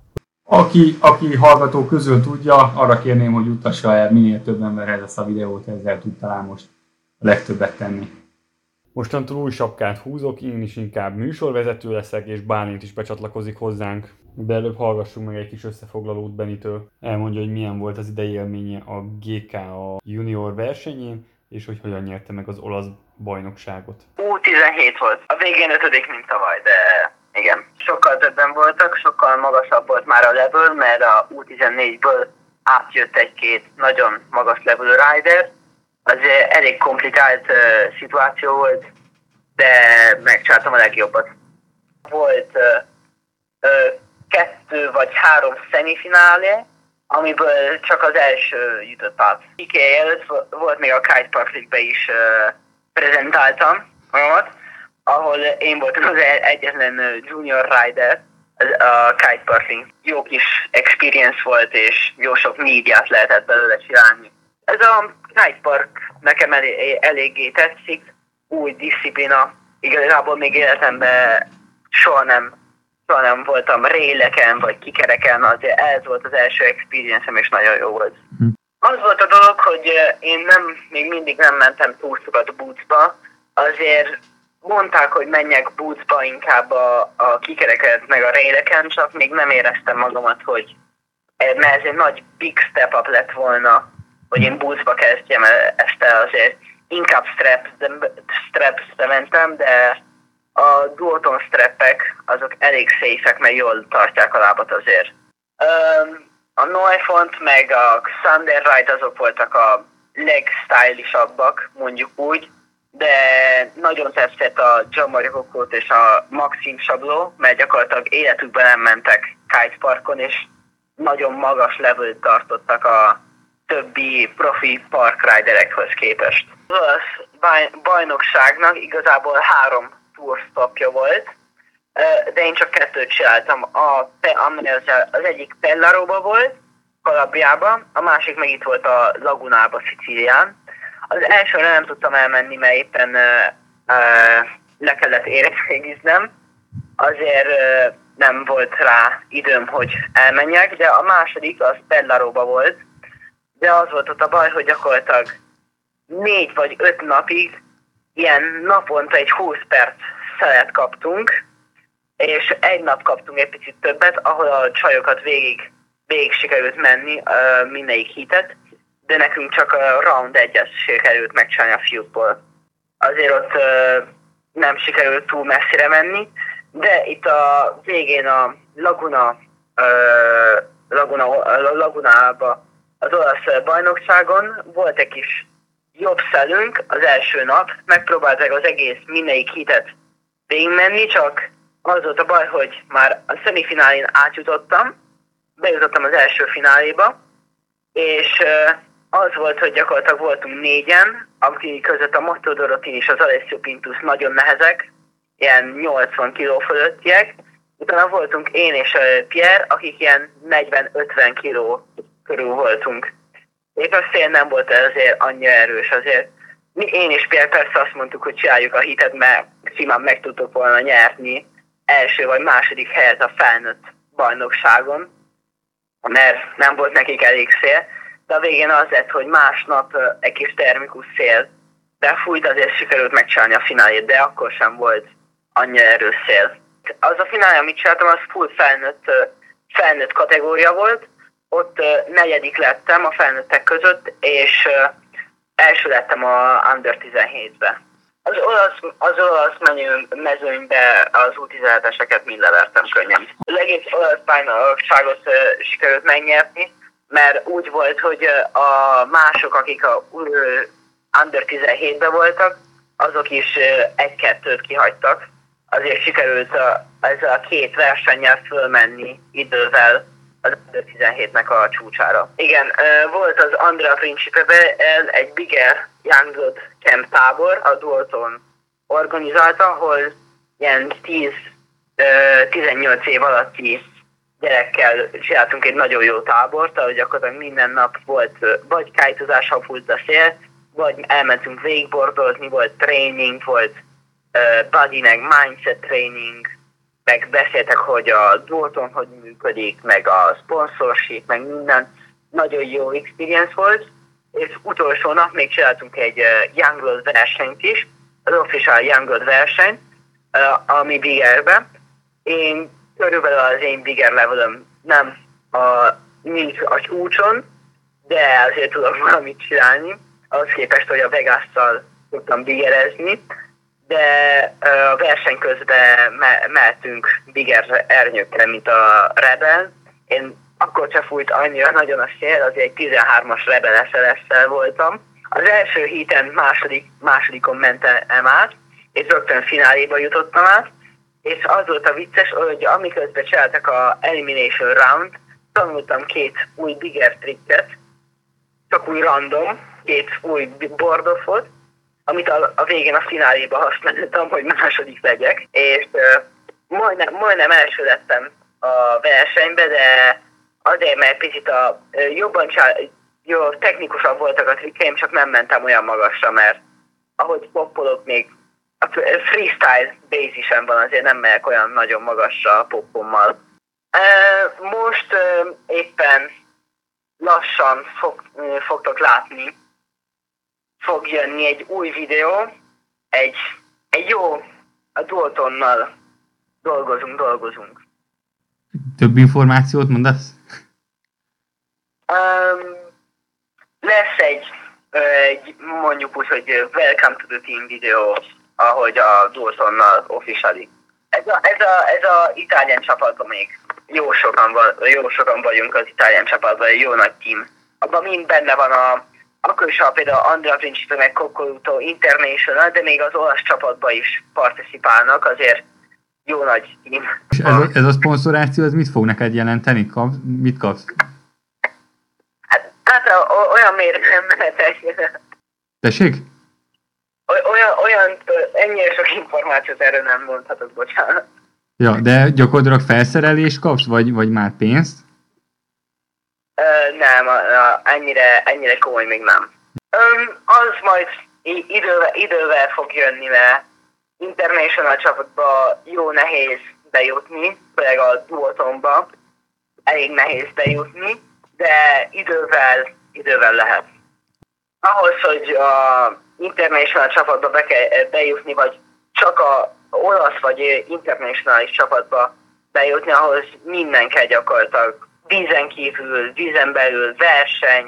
Aki, aki hallgató közül tudja, arra kérném, hogy juttassa el minél több emberhez ezt a videót, ezzel tud talán most a legtöbbet tenni. Mostantól új sapkát húzok, én is inkább műsorvezető leszek, és Bálint is becsatlakozik hozzánk. De előbb hallgassunk meg egy kis összefoglalót Benitől. Elmondja, hogy milyen volt az idei élménye a gé ká á junior versenyén, és hogy hogyan nyerte meg az olasz bajnokságot. U tizenhét volt. A végén ötödik, mint tavaly, de igen. Sokkal többen voltak, sokkal magasabb volt már a level, mert a U tizennégyből átjött egy-két nagyon magas level rider. Az elég komplikált uh, szituáció volt, de megcsináltam a legjobbat. Volt uh, uh, kettő vagy három szemifinálé, amiből csak az első jutott át. pé ká előtt volt még a Kite Park League-be is uh, prezentáltam magamat, ahol én voltam az egyetlen junior rider a Kite Park League. Jó kis experience volt, és jó sok médiát lehetett belőle csinálni. Ez a Kite Park nekem elég, eléggé tetszik, új diszciplína. Igazából még életemben soha nem, soha nem voltam réleken vagy kikereken, azért ez volt az első experience-em, és nagyon jó volt. Hm. Az volt a dolog, hogy én nem, még mindig nem mentem túl sokat bootsba, azért mondták, hogy menjek bootsba inkább a, a kikereket meg a réleken, csak még nem éreztem magamat, hogy mert ez egy nagy big step up lett volna, hogy én bootsba kezdjem ezt el, azért inkább straps-be straps mentem, de a Duoton strappek azok elég safe-ek, mert jól tartják a lábat azért. A Noifont meg a Thunder Ride azok voltak a legstylisabbak, mondjuk úgy, de nagyon tetszett a Gianmario Coccot és a Maxim Sabló, mert gyakorlatilag életükben nem mentek kite parkon, és nagyon magas levelt tartottak a többi profi parkriderekhez képest. Az olasz bajnokságnak igazából három túrstopja volt, de én csak kettőt csináltam. A, az egyik Pellaróba volt, Kalabriában, a másik meg itt volt a Lagunába, Szicílián. Az elsőre nem tudtam elmenni, mert éppen uh, uh, le kellett érettségiznem, azért uh, nem volt rá időm, hogy elmenjek, de a második az Pellaróba volt, de az volt ott a baj, hogy gyakorlatilag négy vagy öt napig ilyen naponta egy húsz perc szelet kaptunk, és egy nap kaptunk egy picit többet, ahol a csajokat végig, végig sikerült menni, uh, mindegyik hitet, de nekünk csak a round egyet sikerült megcsinálni a fiúkból. Azért ott uh, nem sikerült túl messzire menni, de itt a végén a Laguna, uh, Laguna, uh, Lagunába, az olasz bajnokságon volt egy kis jobb szelünk az első nap, megpróbálták az egész mindegyik hitet végigmenni, csak az volt a baj, hogy már a szemifinálén átjutottam, bejutottam az első fináléba, és az volt, hogy gyakorlatilag voltunk négyen, akik között a Matteo Dorotin és az Alessio Pintus nagyon nehezek, ilyen nyolcvan kiló fölöttiek, utána voltunk én és Pierre, akik ilyen negyven-ötven kiló körül voltunk. Épp a szél nem volt azért annyira erős, azért mi, én és Pierre persze azt mondtuk, hogy csináljuk a hitet, mert simán meg tudtuk volna nyerni első vagy második helyet a felnőtt bajnokságon, mert nem volt nekik elég szél, de a végén az lett, hogy másnap egy kis termikus szél befújt, azért sikerült megcsinálni a finálét, de akkor sem volt annyira erős szél. Az a finálé, amit csináltam, az full felnőtt, felnőtt kategória volt, ott negyedik lettem a felnőttek között, és első lettem a under tizenhétbe. Az olasz, az olasz menő, mezőnybe az U tizenheteseket mind levertem könnyen. Az egész olasz bajnokságot uh, sikerült megnyerni, mert úgy volt, hogy uh, a mások, akik a uh, under tizenhétbe voltak, azok is uh, egy-kettőt kihagytak. Azért sikerült uh, ezzel a két versennyel fölmenni idővel az under tizenhétnek a csúcsára. Igen, uh, volt az Andrea Principebe egy Bigger Young Blood Camp tábor, a Dalton organizálta, ahol ilyen tíz-tizennyolc év alatti gyerekkel csináltunk egy nagyon jó tábort, ahol gyakorlatilag minden nap volt vagy kite-ozás, ha fújt a szél, vagy elmentünk wakeboardozni, volt training, volt uh, body meg mindset training, meg beszéltek, hogy a Dalton hogy működik, meg a sponsorship, meg minden. Nagyon jó experience volt, és utolsó nap még csináltunk egy uh, Young Blood versenyt is, az official Young Blood verseny, uh, ami Biggerben. Én körülbelül az én Bigger levelem nem a, nincs a csúcson, de azért tudok valamit csinálni, ahhoz képest, hogy a Vegas-szal tudtam biggerezni, de uh, a verseny közben me- mehetünk Bigger ernyőkre, mint a Rebel. Én akkor se fújt annyira nagyon a szél, azért egy tizenhármas Rebel es el es-szel voltam. Az első héten második, másodikon mentem át, és rögtön fináléba jutottam át, és az volt a vicces, hogy amiközben csináltak a Elimination Round, tanultam két új Bigger tricket, csak új random, két új board-offot, amit a, a végén a fináléba használtam, hogy második legyek, és uh, majdnem, majdnem első lettem a versenybe, de azért, mert picit a uh, jobban csál, jó, technikusabb voltak a trikkeim, csak nem mentem olyan magasra, mert ahogy poppolok, még a freestyle bázisen van, azért nem megyek olyan nagyon magasra a poppommal. Uh, most uh, éppen lassan fog, uh, fogtok látni, fog jönni egy új videó, egy, egy jó, a Daltonnal dolgozunk, dolgozunk. Több információt mondasz? Um, lesz egy, egy, mondjuk úgy, hogy Welcome to the Team videó, ahogy a Daltonnal officially. Ez a, ez a, ez a Italian csapatban még jó sokan, van, jó sokan vagyunk az Italian csapatban, egy jó nagy team. Abban mind benne van a, akkor is, ha például Andrea Principe meg Cocoluto International, de még az olasz csapatban is participálnak, azért jó nagy team. És ez, ez a szponzoráció, ez mit fog neked jelenteni? Kap, mit kapsz? Hát, hát olyan méret nem mehetek. Tessék? Olyan, olyan, ennyire sok információt erről nem mondhatok, bocsánat. Ja, de gyakorlatilag felszerelést kapsz, vagy, vagy már pénzt? Uh, nem, uh, ennyire, ennyire komoly még nem. Um, az majd idővel, idővel fog jönni, mert international csapatba jó nehéz bejutni, főleg a duotonba elég nehéz bejutni, de idővel, idővel lehet. Ahhoz, hogy a international csapatba be kell bejutni, vagy csak a olasz vagy internacionális csapatba bejutni, ahhoz minden kell gyakorlatilag. Vízen kívül, vízen belül, verseny,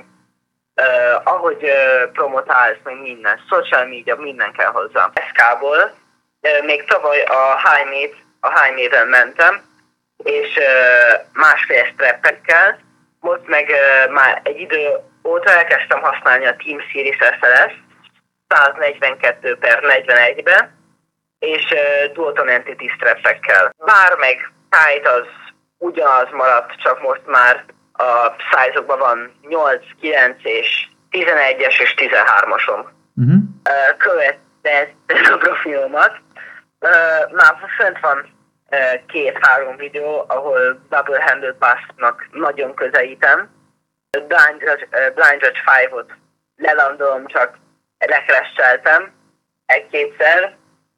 uh, ahogy uh, promotálsz, meg minden, social media, minden kell hozzá. es ká-ból uh, még tavaly a High-Mate, a High-Mate-en mentem, és uh, másfél strappekkel, most meg uh, már egy idő óta elkezdtem használni a Team Series es el es száznegyvenkettő per negyvenegybe, és uh, Duoton Entity strappekkel. Bár meg tight az ugyanaz maradt, csak most már a size-okban van nyolc, kilenc és tizenegyes és tizenhármasom. Uh-huh. Uh, követett a profilomat. Uh, már fönt van uh, két-három videó, ahol double handed pass-nak nagyon közelítem. Blind Judge, uh, Blind Judge öt-ot lelandolom, csak lekresseltem egy-kétszer.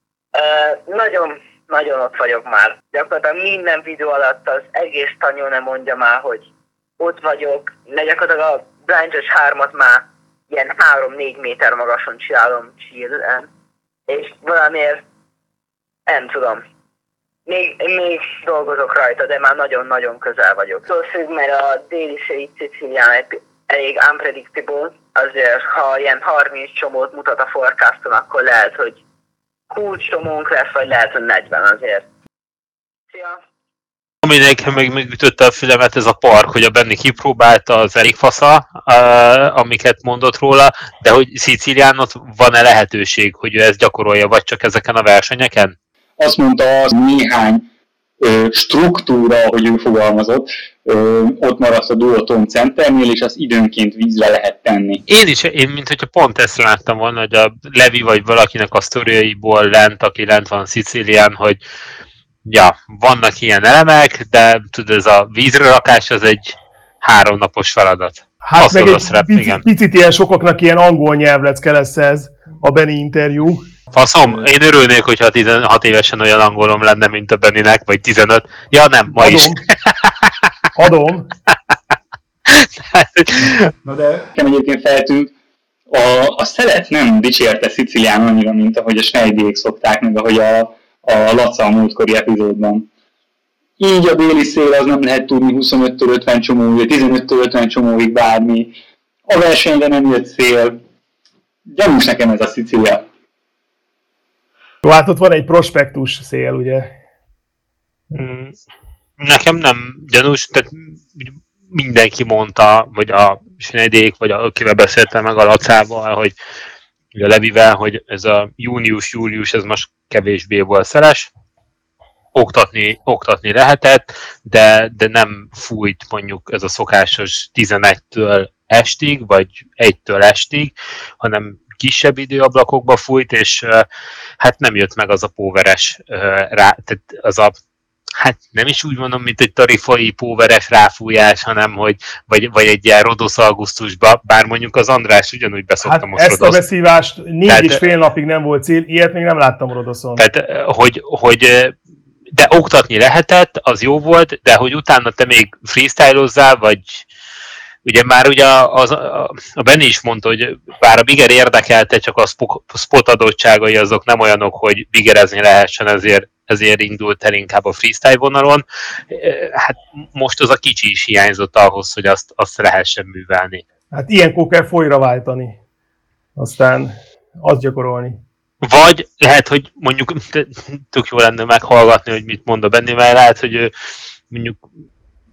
Uh, nagyon Nagyon ott vagyok már. Gyakorlatilag minden videó alatt az egész tanyó nem mondja már, hogy ott vagyok. De gyakorlatilag a Blind Judge hármat már ilyen három-négy méter magason csinálom chillen. És valamiért nem tudom. Még, még dolgozok rajta, de már nagyon-nagyon közel vagyok. Szóval függ, mert a déli Szicílián elég unpredictable. Azért, ha ilyen harminc csomót mutat a forecaston, akkor lehet, hogy húsz csomónk lesz, vagy lehet, hogy negyven azért. Szia! Ami nekem meg megütötte a fülemet, ez a park, hogy a Benni kipróbálta, az elég fasza, uh, amiket mondott róla, de hogy Szicílián ott van-e lehetőség, hogy ő ezt gyakorolja, vagy csak ezeken a versenyeken? Azt mondta, az néhány ö, struktúra, ahogy ő fogalmazott, ö, ott maradt a Duoton centernél, és azt időnként vízre lehet tenni. Én is, én mint hogyha pont ezt láttam volna, hogy a Levi vagy valakinek a sztoriaiból lent, aki lent van Szicílián, hogy ja, vannak ilyen elemek, de tudod, ez a vízre rakás, az egy háromnapos feladat. Hát azt meg egy rep, picit, igen. picit ilyen sokaknak ilyen angol nyelvlecke lesz ez, a Benni interjú. Faszom, én örülnék, hogyha tizenhat évesen olyan angolom lenne, mint a Benninek, vagy tizenöt. Ja nem, ma Adom. is. Adom. Na de nekem egyébként feltűnt, a, a szelet nem dicsérte Szicílián annyira, mint ahogy a Schneidék szokták, meg ahogy a, a Laca a múltkori epizódban. Így a déli szél az nem lehet tudni huszonöttől ötven csomóig, tizenöttől ötven csomóig bármi. A versenyre nem jött szél. Gyanús nekem ez a Szicília. Jó, hát ott van egy prospektus szél, ugye? Nekem nem gyanús, tehát mindenki mondta, vagy a Schneidék, vagy akivel beszéltem meg a Lacával, hogy a Levivel, hogy ez a június-július, ez most kevésbé volt szeles. Oktatni, oktatni lehetett, de, de nem fújt mondjuk ez a szokásos tizenegytől estig, vagy egytől estig, hanem kisebb időablakokba fújt, és uh, hát nem jött meg az a póveres uh, rá, tehát az a, hát nem is úgy mondom, mint egy tarifai póveres ráfújás, hanem hogy, vagy, vagy egy ilyen Rodosz augusztusba, bár mondjuk az András ugyanúgy beszokta hát most ezt Rodosz. a beszívást négy tehát, és fél napig nem volt cél, ilyet még nem láttam Rodoszon. Tehát, hogy, hogy de oktatni lehetett, az jó volt, de hogy utána te még freestylozzál, vagy ugye már ugye az, a, a Benni is mondta, hogy bár a bigger érdekelte, csak a spot adottságai azok nem olyanok, hogy biggerezni lehessen, ezért, ezért indult el inkább a freestyle vonalon. Hát most az a kicsi is hiányzott ahhoz, hogy azt, azt lehessen művelni. Hát ilyenkor kell folyra váltani, aztán azt gyakorolni. Vagy lehet, hogy mondjuk tök jó lenne meghallgatni, hogy mit mond a Benni, mert lehet, hogy ő mondjuk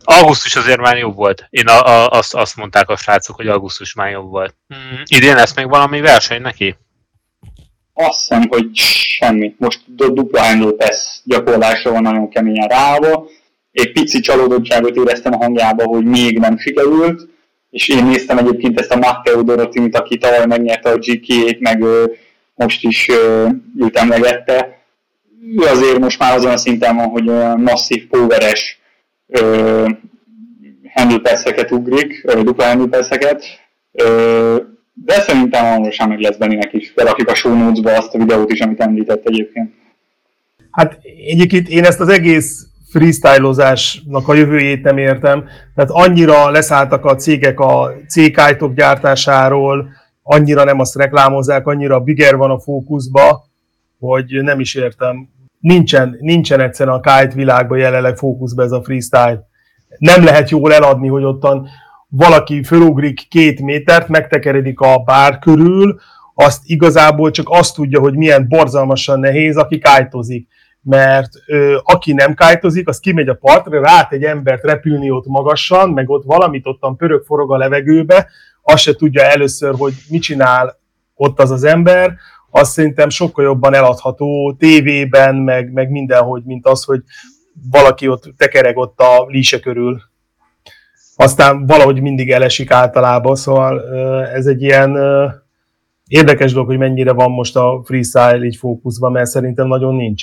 Augusztus azért már jobb volt. Én a, a, azt, azt mondták a srácok, hogy augusztus már jobb volt. Hmm, idén lesz még valami verseny neki? Azt hiszem, hogy semmi. Most dupla handle pass gyakorlásra van nagyon keményen ráállva. Egy pici csalódottságot éreztem a hangjába, hogy még nem sikerült. És én néztem egyébként ezt a Matteo Dorotinit, aki tavaly megnyerte a gé ká ét, meg ö, most is ö, őt emlegette. Ő azért most már azon a szinten van, hogy olyan masszív, poweres ö, handle pass-eket ugrik, ö, dupla handle pass-eket. Ö, de szerintem hamarosan meg lesz bennének is. Berakjuk a show notes-ba azt a videót is, amit említett egyébként. Hát egyébként én ezt az egész freestylozásnak a jövőjét nem értem. Tehát annyira leszálltak a cégek a C-kite-ok gyártásáról, annyira nem azt reklámozzák, annyira bigger van a fókuszba, hogy nem is értem. Nincsen, nincsen egyszerűen a kite világban jelenleg fókuszban ez a freestyle. Nem lehet jól eladni, hogy ottan valaki fölugrik két métert, megtekeredik a bár körül, azt igazából csak azt tudja, hogy milyen borzalmasan nehéz, aki kite-ozik. Mert ö, aki nem kite-ozik, az kimegy a partra, rát egy embert repülni ott magasan, meg ott valamit ottan pörög, forog a levegőbe, azt se tudja először, hogy mit csinál ott az az ember, azt szerintem sokkal jobban eladható tévében, meg, meg mindenhogy, mint az, hogy valaki ott tekereg ott a líse körül. Aztán valahogy mindig elesik általában, szóval ez egy ilyen érdekes dolog, hogy mennyire van most a freestyle így fókuszban, mert szerintem nagyon nincs.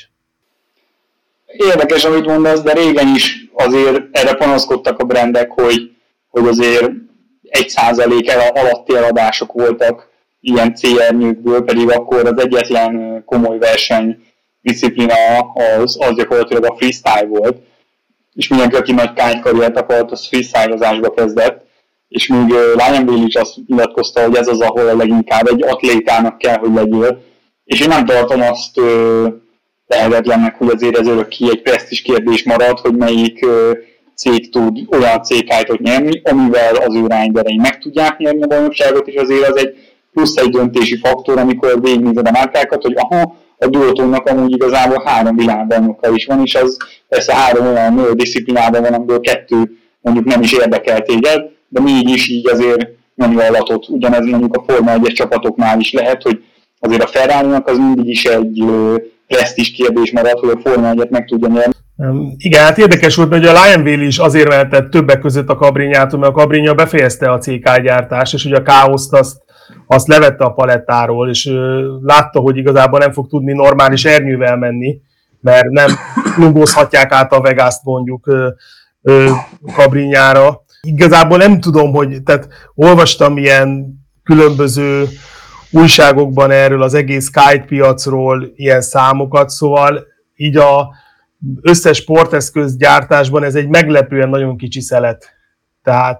Érdekes, amit mondasz, de régen is azért erre panaszkodtak a brandek, hogy, hogy azért egy százalék alatti eladások voltak ilyen cé-ernyőkből, pedig akkor az egyetlen komoly versenydisziplina az, az gyakorlatilag a freestyle volt. És mindenki, aki nagy kite karriert akart, az freestylozásba kezdett. És még Lion Bailey is azt nyilatkozta, hogy ez az, ahol leginkább egy atlétának kell, hogy legyél. És én nem tartom azt lehetetlennek, hogy azért ez örökké egy presztízs kérdés marad, hogy melyik cég tud olyan C-kite-ot nyerni, amivel az ő rányderei meg tudják nyerni a bajnokságot, és azért az egy plusz egy döntési faktor, amikor végignézed a márkákat, hogy aha, a duotónak amúgy igazából három világbajnoka is van, és az persze három olyan disziplinában van, amiből kettő mondjuk nem is érdekel téged, de mégis így azért nyomja alatot. Ugyanez mondjuk a Forma egyes csapatoknál is lehet, hogy azért a Ferrari-nak az mindig is egy presztízs kérdés marad, hogy a Forma egyet meg tudja nyerni. Igen, hát érdekes volt, hogy a Lion Bailey is azért mentett többek között a Cabrignától, mert a Cabrigna befejezte a cé ká gyártást, és ugye a káoszt azt, azt levette a palettáról, és ö, látta, hogy igazából nem fog tudni normális ernyővel menni, mert nem plugózhatják át a Vegas-t mondjuk ö, ö, Cabrignára. Igazából nem tudom, hogy, tehát olvastam ilyen különböző újságokban erről az egész kite piacról ilyen számokat, szóval így a összes sporteszköz gyártásban ez egy meglepően nagyon kicsi szelet. Tehát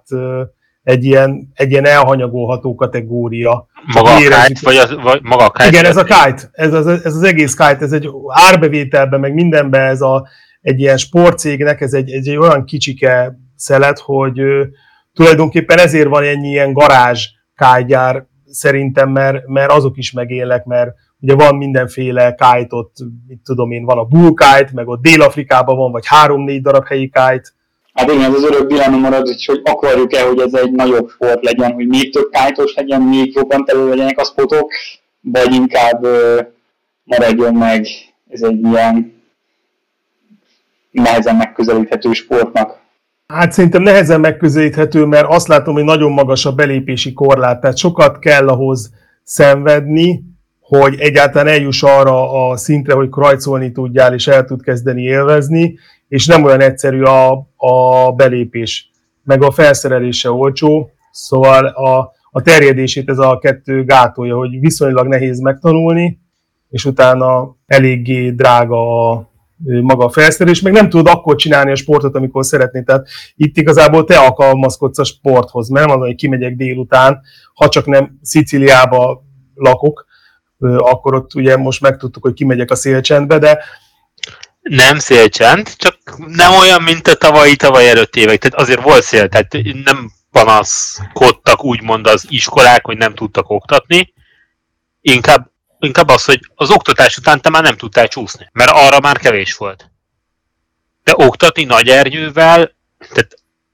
egy ilyen, egy ilyen elhanyagolható kategória. Maga a kite, vagy, az, vagy maga a kite? Igen, ez a kite, ez az, ez az egész kite, ez egy árbevételben, meg mindenben ez a, egy ilyen sportcégnek, ez egy, egy olyan kicsike szelet, hogy uh, tulajdonképpen ezért van ennyi ilyen garázs kite-gyár szerintem, mert, mert azok is megélnek, mert ugye van mindenféle kite-ot, mit tudom én, van a bull kite, meg ott Dél-Afrikában van, vagy három-négy darab helyi kite. Hát igen, ez az örök dilemma marad, hogy akarjuk-e, hogy ez egy nagyobb sport legyen, hogy még több kite-os legyen, még jobban telő legyenek a spotok, vagy inkább uh, maradjon meg ez egy ilyen nehezen megközelíthető sportnak. Hát szerintem nehezen megközelíthető, mert azt látom, hogy nagyon magas a belépési korlát, tehát sokat kell ahhoz szenvedni, hogy egyáltalán eljuss arra a szintre, hogy krajcolni tudjál és el tud kezdeni élvezni, és nem olyan egyszerű a, a belépés, meg a felszerelése olcsó, szóval a, a terjedését ez a kettő gátolja, hogy viszonylag nehéz megtanulni, és utána eléggé drága a maga a felszerelés, meg nem tudod akkor csinálni a sportot, amikor szeretnéd. Tehát itt igazából te alkalmazkodsz a sporthoz, mert nem az, hogy kimegyek délután, ha csak nem Szicíliába lakok, akkor ott ugye most megtudtuk, hogy kimegyek a szélcsendbe, de... Nem szélcsend, csak nem olyan, mint a tavalyi, tavaly előtt évek. Tehát azért volt szél, tehát nem panaszkodtak úgymond az iskolák, hogy nem tudtak oktatni. Inkább Inkább az, hogy az oktatás után te már nem tudtál csúszni, mert arra már kevés volt. De oktatni nagy ernyővel, tehát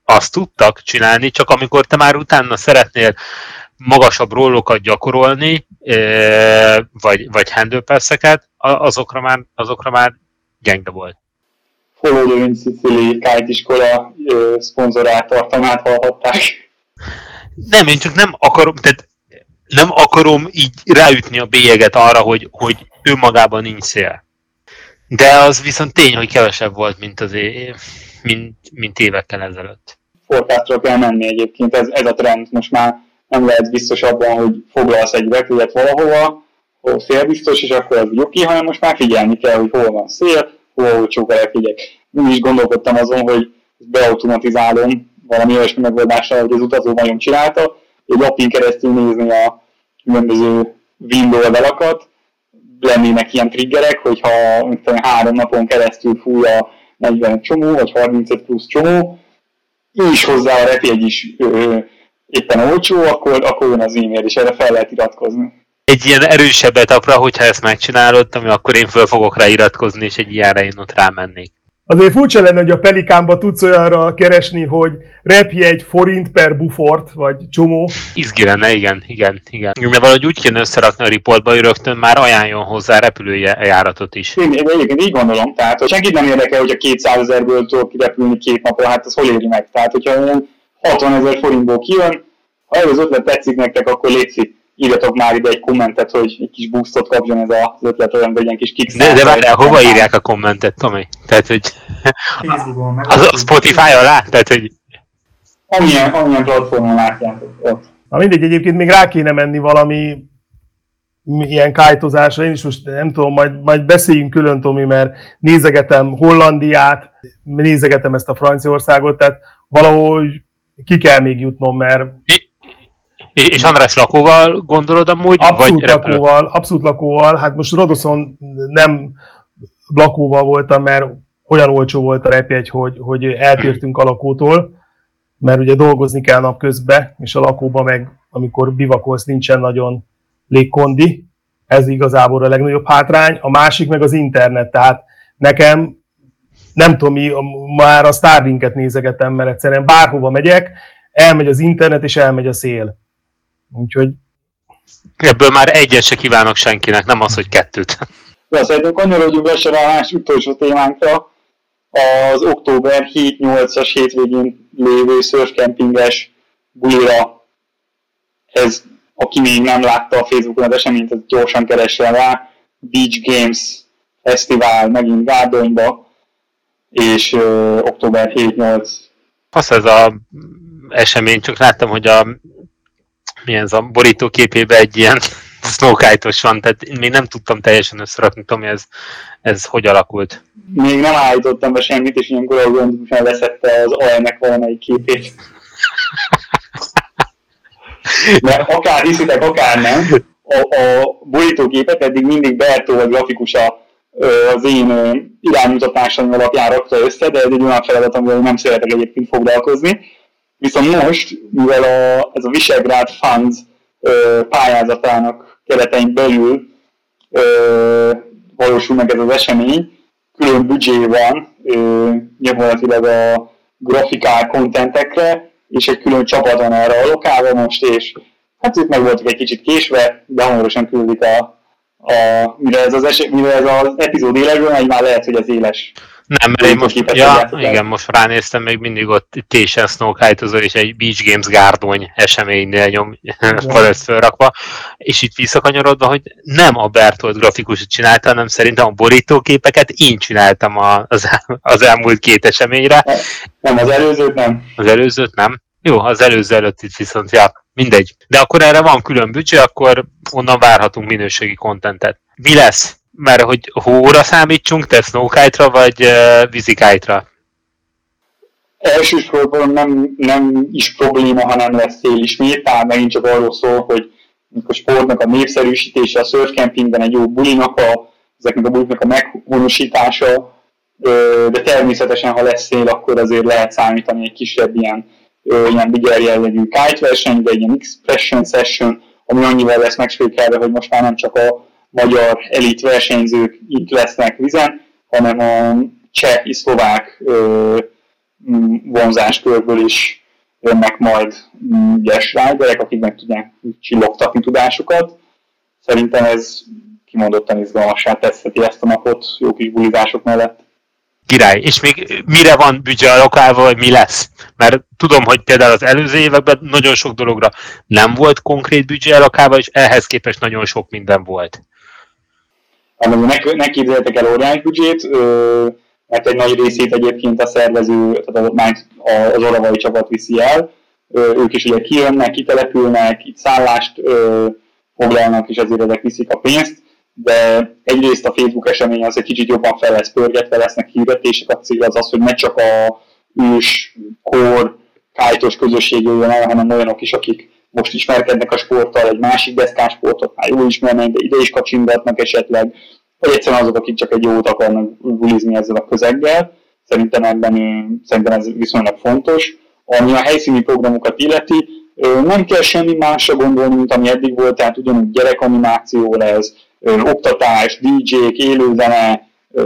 azt tudtak csinálni, csak amikor te már utána szeretnél magasabb rollokat gyakorolni, vagy, vagy handlepass-eket, azokra már, azokra már gyenge volt. Follow the Wind Sicily Kite iskola szponzorált tartalmát hallhatták. Nem, én csak nem akarom, tehát nem akarom így ráütni a bélyeget arra, hogy, hogy önmagában nincs szél. De az viszont tény, hogy kevesebb volt, mint, az é- mint, mint évekkel ezelőtt. Forecastra kell menni egyébként, ez, ez a trend. Most már nem lehet biztos abban, hogy foglalsz egy repülőt valahova, hol szélbiztos, és akkor az oké, hanem most már figyelni kell, hogy hol van szél, hol olcsók a repjegyek. Én is gondolkodtam azon, hogy beautomatizálom valami olyasmi megoldással, hogy az utazó vajon csinálta, egy appin keresztül nézni a különböző wind oldalakat, lennének ilyen triggerek, hogyha három napon keresztül fúj a negyven csomó, vagy harmincöt plusz csomó, és hozzá a repjegy is ö, éppen olcsó, akkor, akkor jön az e-mail, és erre fel lehet iratkozni. Egy ilyen erősebb etapra, hogyha ezt megcsinálod, ami akkor én föl fogok rá iratkozni, és egy ilyenre én ott rámennék. Azért furcsa lenne, hogy a Pelikánba tudsz olyanra keresni, hogy repjegy forint per bufort, vagy csomó. Izgi lenne, igen, igen, igen. De valahogy úgy kéne összerakni a riportba, hogy rögtön már ajánljon hozzá repülőjáratot is. Én, én egyébként így gondolom, tehát hogy senkit nem érdekel, hogy a kétszázezerből tudok kirepülni két napra, hát az hol éri meg. Tehát, hogyha olyan hatvanezer forintból kijön, ha ez az ötlet tetszik nektek, akkor létszik. Írjatok már ide egy kommentet, hogy egy kis boostot kapjon ez az ötlet, olyan, hogy egy kis kickstarter. De, de várjál, hova írják a kommentet, Tomi? Tehát, hogy az a Spotify alá? Tehát, hogy amilyen, amilyen platformon látjátok ott. Na mindegy, egyébként még rá kéne menni valami ilyen kájtozásra. Én is most nem tudom, majd, majd beszéljünk külön, Tomi, mert nézegetem Hollandiát, nézegetem ezt a Franciaországot, tehát valahogy ki kell még jutnom, mert... És András lakóval gondolod amúgy? Abszolút vagy lakóval, abszolút lakóval. Hát most Rodoszon nem lakóval voltam, mert olyan olcsó volt a repjegy, hogy, hogy eltértünk a lakótól, mert ugye dolgozni kell napközben, és a lakóban meg, amikor bivakolsz, nincsen nagyon légkondi. Ez igazából a legnagyobb hátrány. A másik meg az internet, tehát nekem, nem tudom, mi, már a Starlinket nézegetem, mert egyszerűen bárhova megyek, elmegy az internet, és elmegy a szél. Úgyhogy... Ebből már egyet se kívánok senkinek, nem az, hogy kettőt. De szerintem kanyarodjunk lassan a más utolsó témánkra. Az október hét-nyolcas hétvégén lévő surfcampinges bulira. Ez, aki még nem látta a Facebookon az eseményt, az gyorsan keressen rá. Beach Games Fesztivál megint Gárdonyba, és uh, október hét-nyolc. Az ez a esemény, csak láttam, hogy a milyen ez a borítóképében egy ilyen snowkite-os van, tehát én még nem tudtam teljesen összerakni, Tomi, ez, ez hogy alakult? Még nem állítottam be semmit, és ilyenkor a gondosan leszette az á em-nek valamelyik képét. De akár hiszitek, akár nem, a, a borítóképet eddig mindig Bertó, a grafikusa az én iránymutatásom alapján rakta össze, de ez egy olyan feladat, amivel nem szeretek egyébként foglalkozni. Viszont most, mivel a, ez a Visegrád Funds ö, pályázatának keretein belül ö, valósul meg ez az esemény, külön büdzsé van ö, gyakorlatilag a grafikál kontentekre, és egy külön csapat van erre allokálva most, és hát itt meg voltak egy kicsit késve, de hamarosan küldik a, a mire, ez az eset, mire ez az epizód élesből megy, már lehet, hogy az éles. Nem, mert én most, ja, igen, most ránéztem, még mindig ott Tésen snowkite-ozó és egy Beach Games Gárdony eseménynél nyom, van ezt felrakva, és itt visszakanyarodva, hogy nem a Bertolt grafikusot csinálta, hanem szerintem a borítóképeket én csináltam az, az elmúlt két eseményre. Nem, az előzőt nem. Az előzőt nem? Jó, az előző előtt itt viszont, ja, mindegy. De akkor erre van külön büdzsé, akkor onnan várhatunk minőségi kontentet. Mi lesz? Mert hogy hóra számítsunk, te snowkite-ra vagy uh, vízikite-ra? Elsősorban nem, nem is probléma, ha nem lesz szél ismét, tehát megint csak arról szól, hogy a sportnak a népszerűsítése, a surfcampingben egy jó bulinak, a, ezeknek a buliknak a meghonosítása, de természetesen, ha lesz szél, akkor azért lehet számítani egy kisebb ilyen, ilyen bigger jellegű kite verseny, de egy ilyen expression session, ami annyival lesz megspékelve, hogy most már nem csak a magyar elit versenyzők itt lesznek vizen, hanem a cseh és szlovák ö, vonzáskörből is jönnek majd ügyes riderek, akik meg tudják csillogtatni tudásukat. Szerintem ez kimondottan izgalmassá teszheti ezt a napot jó kis bulizások mellett. Király. És még mire van büdzse alokálva, vagy mi lesz? Mert tudom, hogy például az előző években nagyon sok dologra nem volt konkrét büdzse alokálva, és ehhez képest nagyon sok minden volt. Ne, ne képzeljetek el óriás büdzsét, mert egy nagy részét egyébként a szervező, tehát az oravai csapat viszi el. Ők is ugye kijönnek, kitelepülnek, itt szállást foglalnak, és azért ezek viszik a pénzt. De egyrészt a Facebook esemény az egy kicsit jobban fel lesz pörgetve, lesznek hirdetések, a cél az az, hogy ne csak a ős, kor, kájtos közösség jöjjön el, hanem olyanok is, akik most ismerkednek a sporttal, egy másik deszkás sportot már jól ismernek, de ide is kacsingatnak esetleg, vagy egyszerűen azok, akik csak egy jót akarnak bulizni ezzel a közeggel. Szerintem ebben szerintem ez viszonylag fontos. Ami a helyszíni programokat illeti, nem kell semmi másra gondolni, mint ami eddig volt, tehát ugyanúgy gyerekanimáció lesz, oktatás, dé dzsék, élőzene,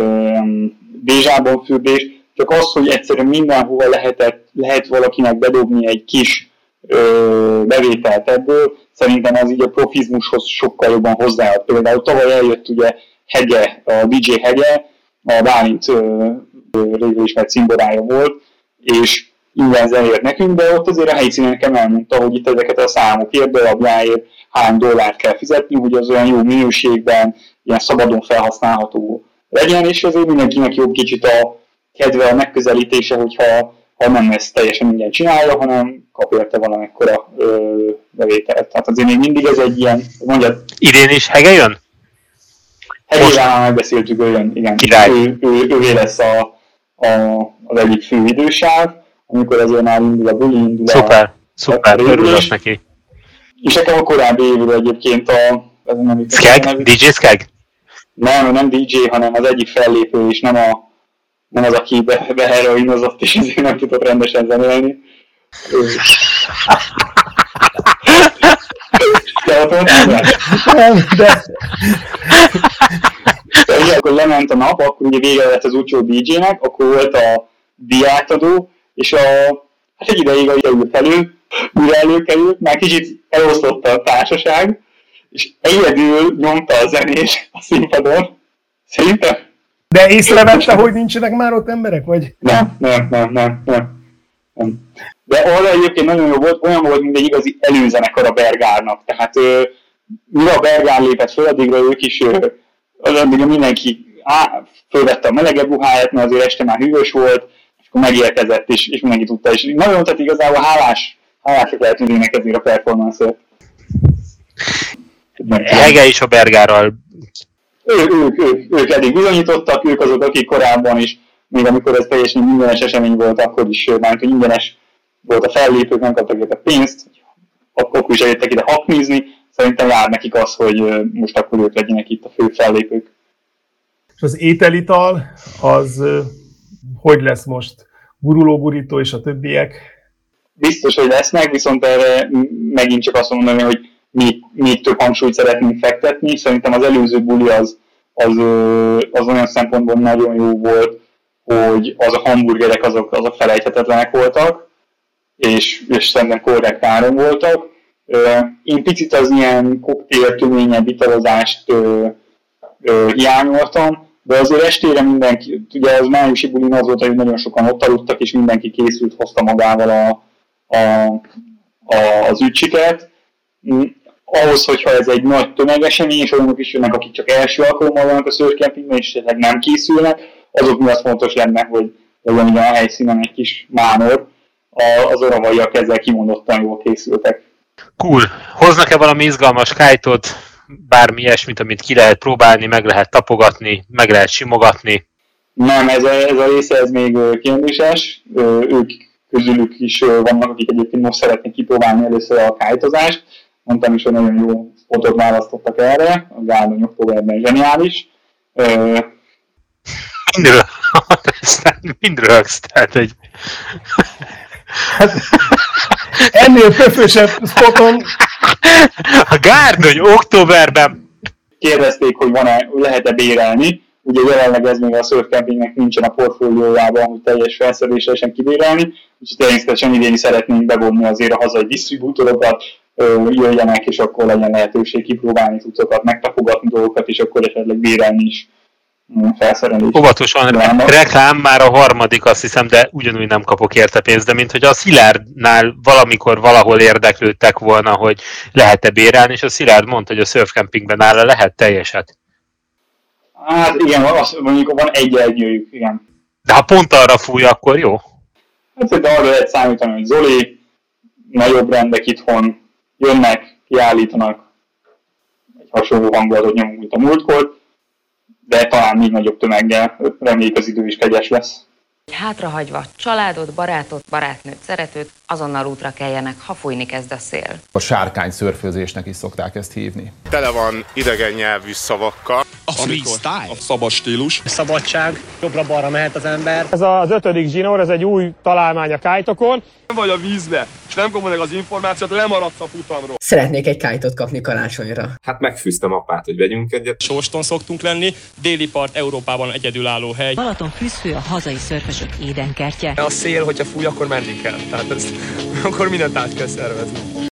dézsában fürdés, csak az, hogy egyszerűen mindenhova lehetett, lehet valakinek bedobni egy kis ö, bevételt ebből, szerintem az így a profizmushoz sokkal jobban hozzáad. Például tavaly eljött ugye Hegye, a dé dzsé Hegye, a Bálint régül ismert szimborája volt, és ingyen zenélt nekünk, de ott azért a helyszíneken elmondta, hogy itt ezeket a számokért, darabjáért hány dollárt kell fizetni, hogy az olyan jó minőségben, ilyen szabadon felhasználható legyen, és azért mindenkinek jobb kicsit a kedve, a megközelítése, hogyha ha nem ezt teljesen ingyen csinálja, hanem kap érte valamekkora bevételt. Tehát azért még mindig ez egy ilyen, mondjad... Idén is Hege jön? Hegével már megbeszéltük, ő jön, igen. Király. Ő, ő, ővé lesz a, a, az egyik fő idősáv, amikor azért már indul a buli, indul szuper, a... Szuper, szuper, örülök neki. És nekem a korábbi évről egyébként a... Skag? dé dzsé Skag? Nem, nem dé dzsé, hanem az egyik fellépő, és nem, a, nem az, aki be, beheroinozott, és ezért nem tudott rendesen zenélni. De ott volt nem Nem, de... de ugye, akkor lement a nap, akkor ugye vége lett az úcsó dé dzsének, akkor volt a diátadó, és a... hát egy ideig a jövő felül, mire előkerült, már kicsit elosztotta a társaság, és egyedül nyomta a zenés a színpadon. Szerintem... De észrevette, hogy nincsenek már ott emberek, vagy? Nem, nem, nem, nem, nem. nem. De arra egyébként nagyon jó volt, olyan volt, mint egy igazi előzenekar a Bergárnak. Tehát mire a Bergár lépett föl, addigra ők is, addigra mindenki á, fölvette a melegebb ruháját, mert azért este már hűvös volt, és akkor megérkezett, és, és mindenki tudta. És nagyon, tehát igazából hálás, hálások lehetnének ezért a performance-ért. Hege is a Bergárral. Ő, ők, ők, ők eddig bizonyítottak, ők azok, akik korábban is, még amikor ez teljesen ingyenes esemény volt, akkor is, mert hogy ingyenes volt a fellépők, nem kaptak ide pénzt, akkor is eljöttek ide haknizni, szerintem jár nekik az, hogy most akkor ők legyenek itt a fő fellépők. És az ételital, az hogy lesz most? Guruló, burító és a többiek? Biztos, hogy lesznek, viszont erre megint csak azt mondom, hogy mi, még több hangsúlyt szeretnénk fektetni. Szerintem az előző buli az, az, az olyan szempontból nagyon jó volt, hogy az a hamburgerek azok, azok felejthetetlenek voltak, és, és szerintem korrekt áron voltak. Én picit az ilyen koktél, töményebb italozást hiányoltam, de azért estére mindenki, ugye az májusi bulin az volt, hogy nagyon sokan ott aludtak, és mindenki készült, hozta magával a, a, a, az ügysiket. Ahhoz, hogyha ez egy nagy tömegesemény, és olyanok is jönnek, akik csak első alkalommal vannak a szőrkempingben, és nem készülnek, azok miatt fontos lenne, hogy legyen a helyszínen egy kis mánor, az oravaiak ezzel kimondottan jól készültek. Cool. Hoznak-e valami izgalmas kite-ot, bármi ilyesmit, amit ki lehet próbálni, meg lehet tapogatni, meg lehet simogatni? Nem, ez a, ez a része ez még kérdéses. Ők közülük is vannak, akik egyébként most szeretnék kipróbálni először a kite-ozást. Mondtam is, hogy nagyon jó spotot választottak erre, a Gárdony októberben zseniális. Mindről, mind rögsz, tehát egy... Hát, ennél pöfösebb spoton... A Gárdony októberben... Kérdezték, hogy van-e, lehet-e bérelni. ugye jelenleg ez még a surfcampingnek nincsen a portfóliójában, hogy teljes felszerelésre sem kibérelni, úgyhogy természetesen idén szeretnénk bevonni azért a hazai disztribútorokat, jöjjenek, és akkor legyen lehetőség kipróbálni cuccokat, megtapogatni dolgokat, és akkor esetleg bérelni is felszerelést. Óvatosan, reklám már a harmadik, azt hiszem, de ugyanúgy nem kapok érte pénzt, de mint hogy a Szilárdnál valamikor valahol érdeklődtek volna, hogy lehet-e bérelni, és a Szilárd mondta, hogy a surfcampingben nála lehet teljeset. Hát igen, az, mondjuk van egy elgyőjük, igen. De ha pont arra fúj, akkor jó? Hát szerintem arra lehet számítani, hogy Zoli, nagyobb rendek itthon jönnek, kiállítanak, egy hasonló hangulatot nyomunk, mint a múltkor, de talán még nagyobb tömeggel, reméljük az idő is kegyes lesz. Hátrahagyva családot, barátot, barátnőt, szeretőt, azonnal útra keljenek, ha fújni kezd a szél. A sárkány szörfőzésnek is szokták ezt hívni. Tele van idegen nyelvű szavakkal. A freestyle, a szabad stílus. A szabadság, jobbra-balra mehet az ember. Ez az ötödik zsinór, ez egy új találmány a kite-okon. Nem vagy a vízbe, és nem kapod meg az információt, lemaradsz a futamról. Szeretnék egy kite-ot kapni karácsonyra. Hát megfűztem apát, hogy vegyünk egyet. Sóston szoktunk lenni, déli part Európában egyedülálló hely. Balaton füszfő a hazai szörfösök édenkertje. A szél, hogyha fúj, akkor menni kell. Tehát ezt, akkor mindent át kell szervezni.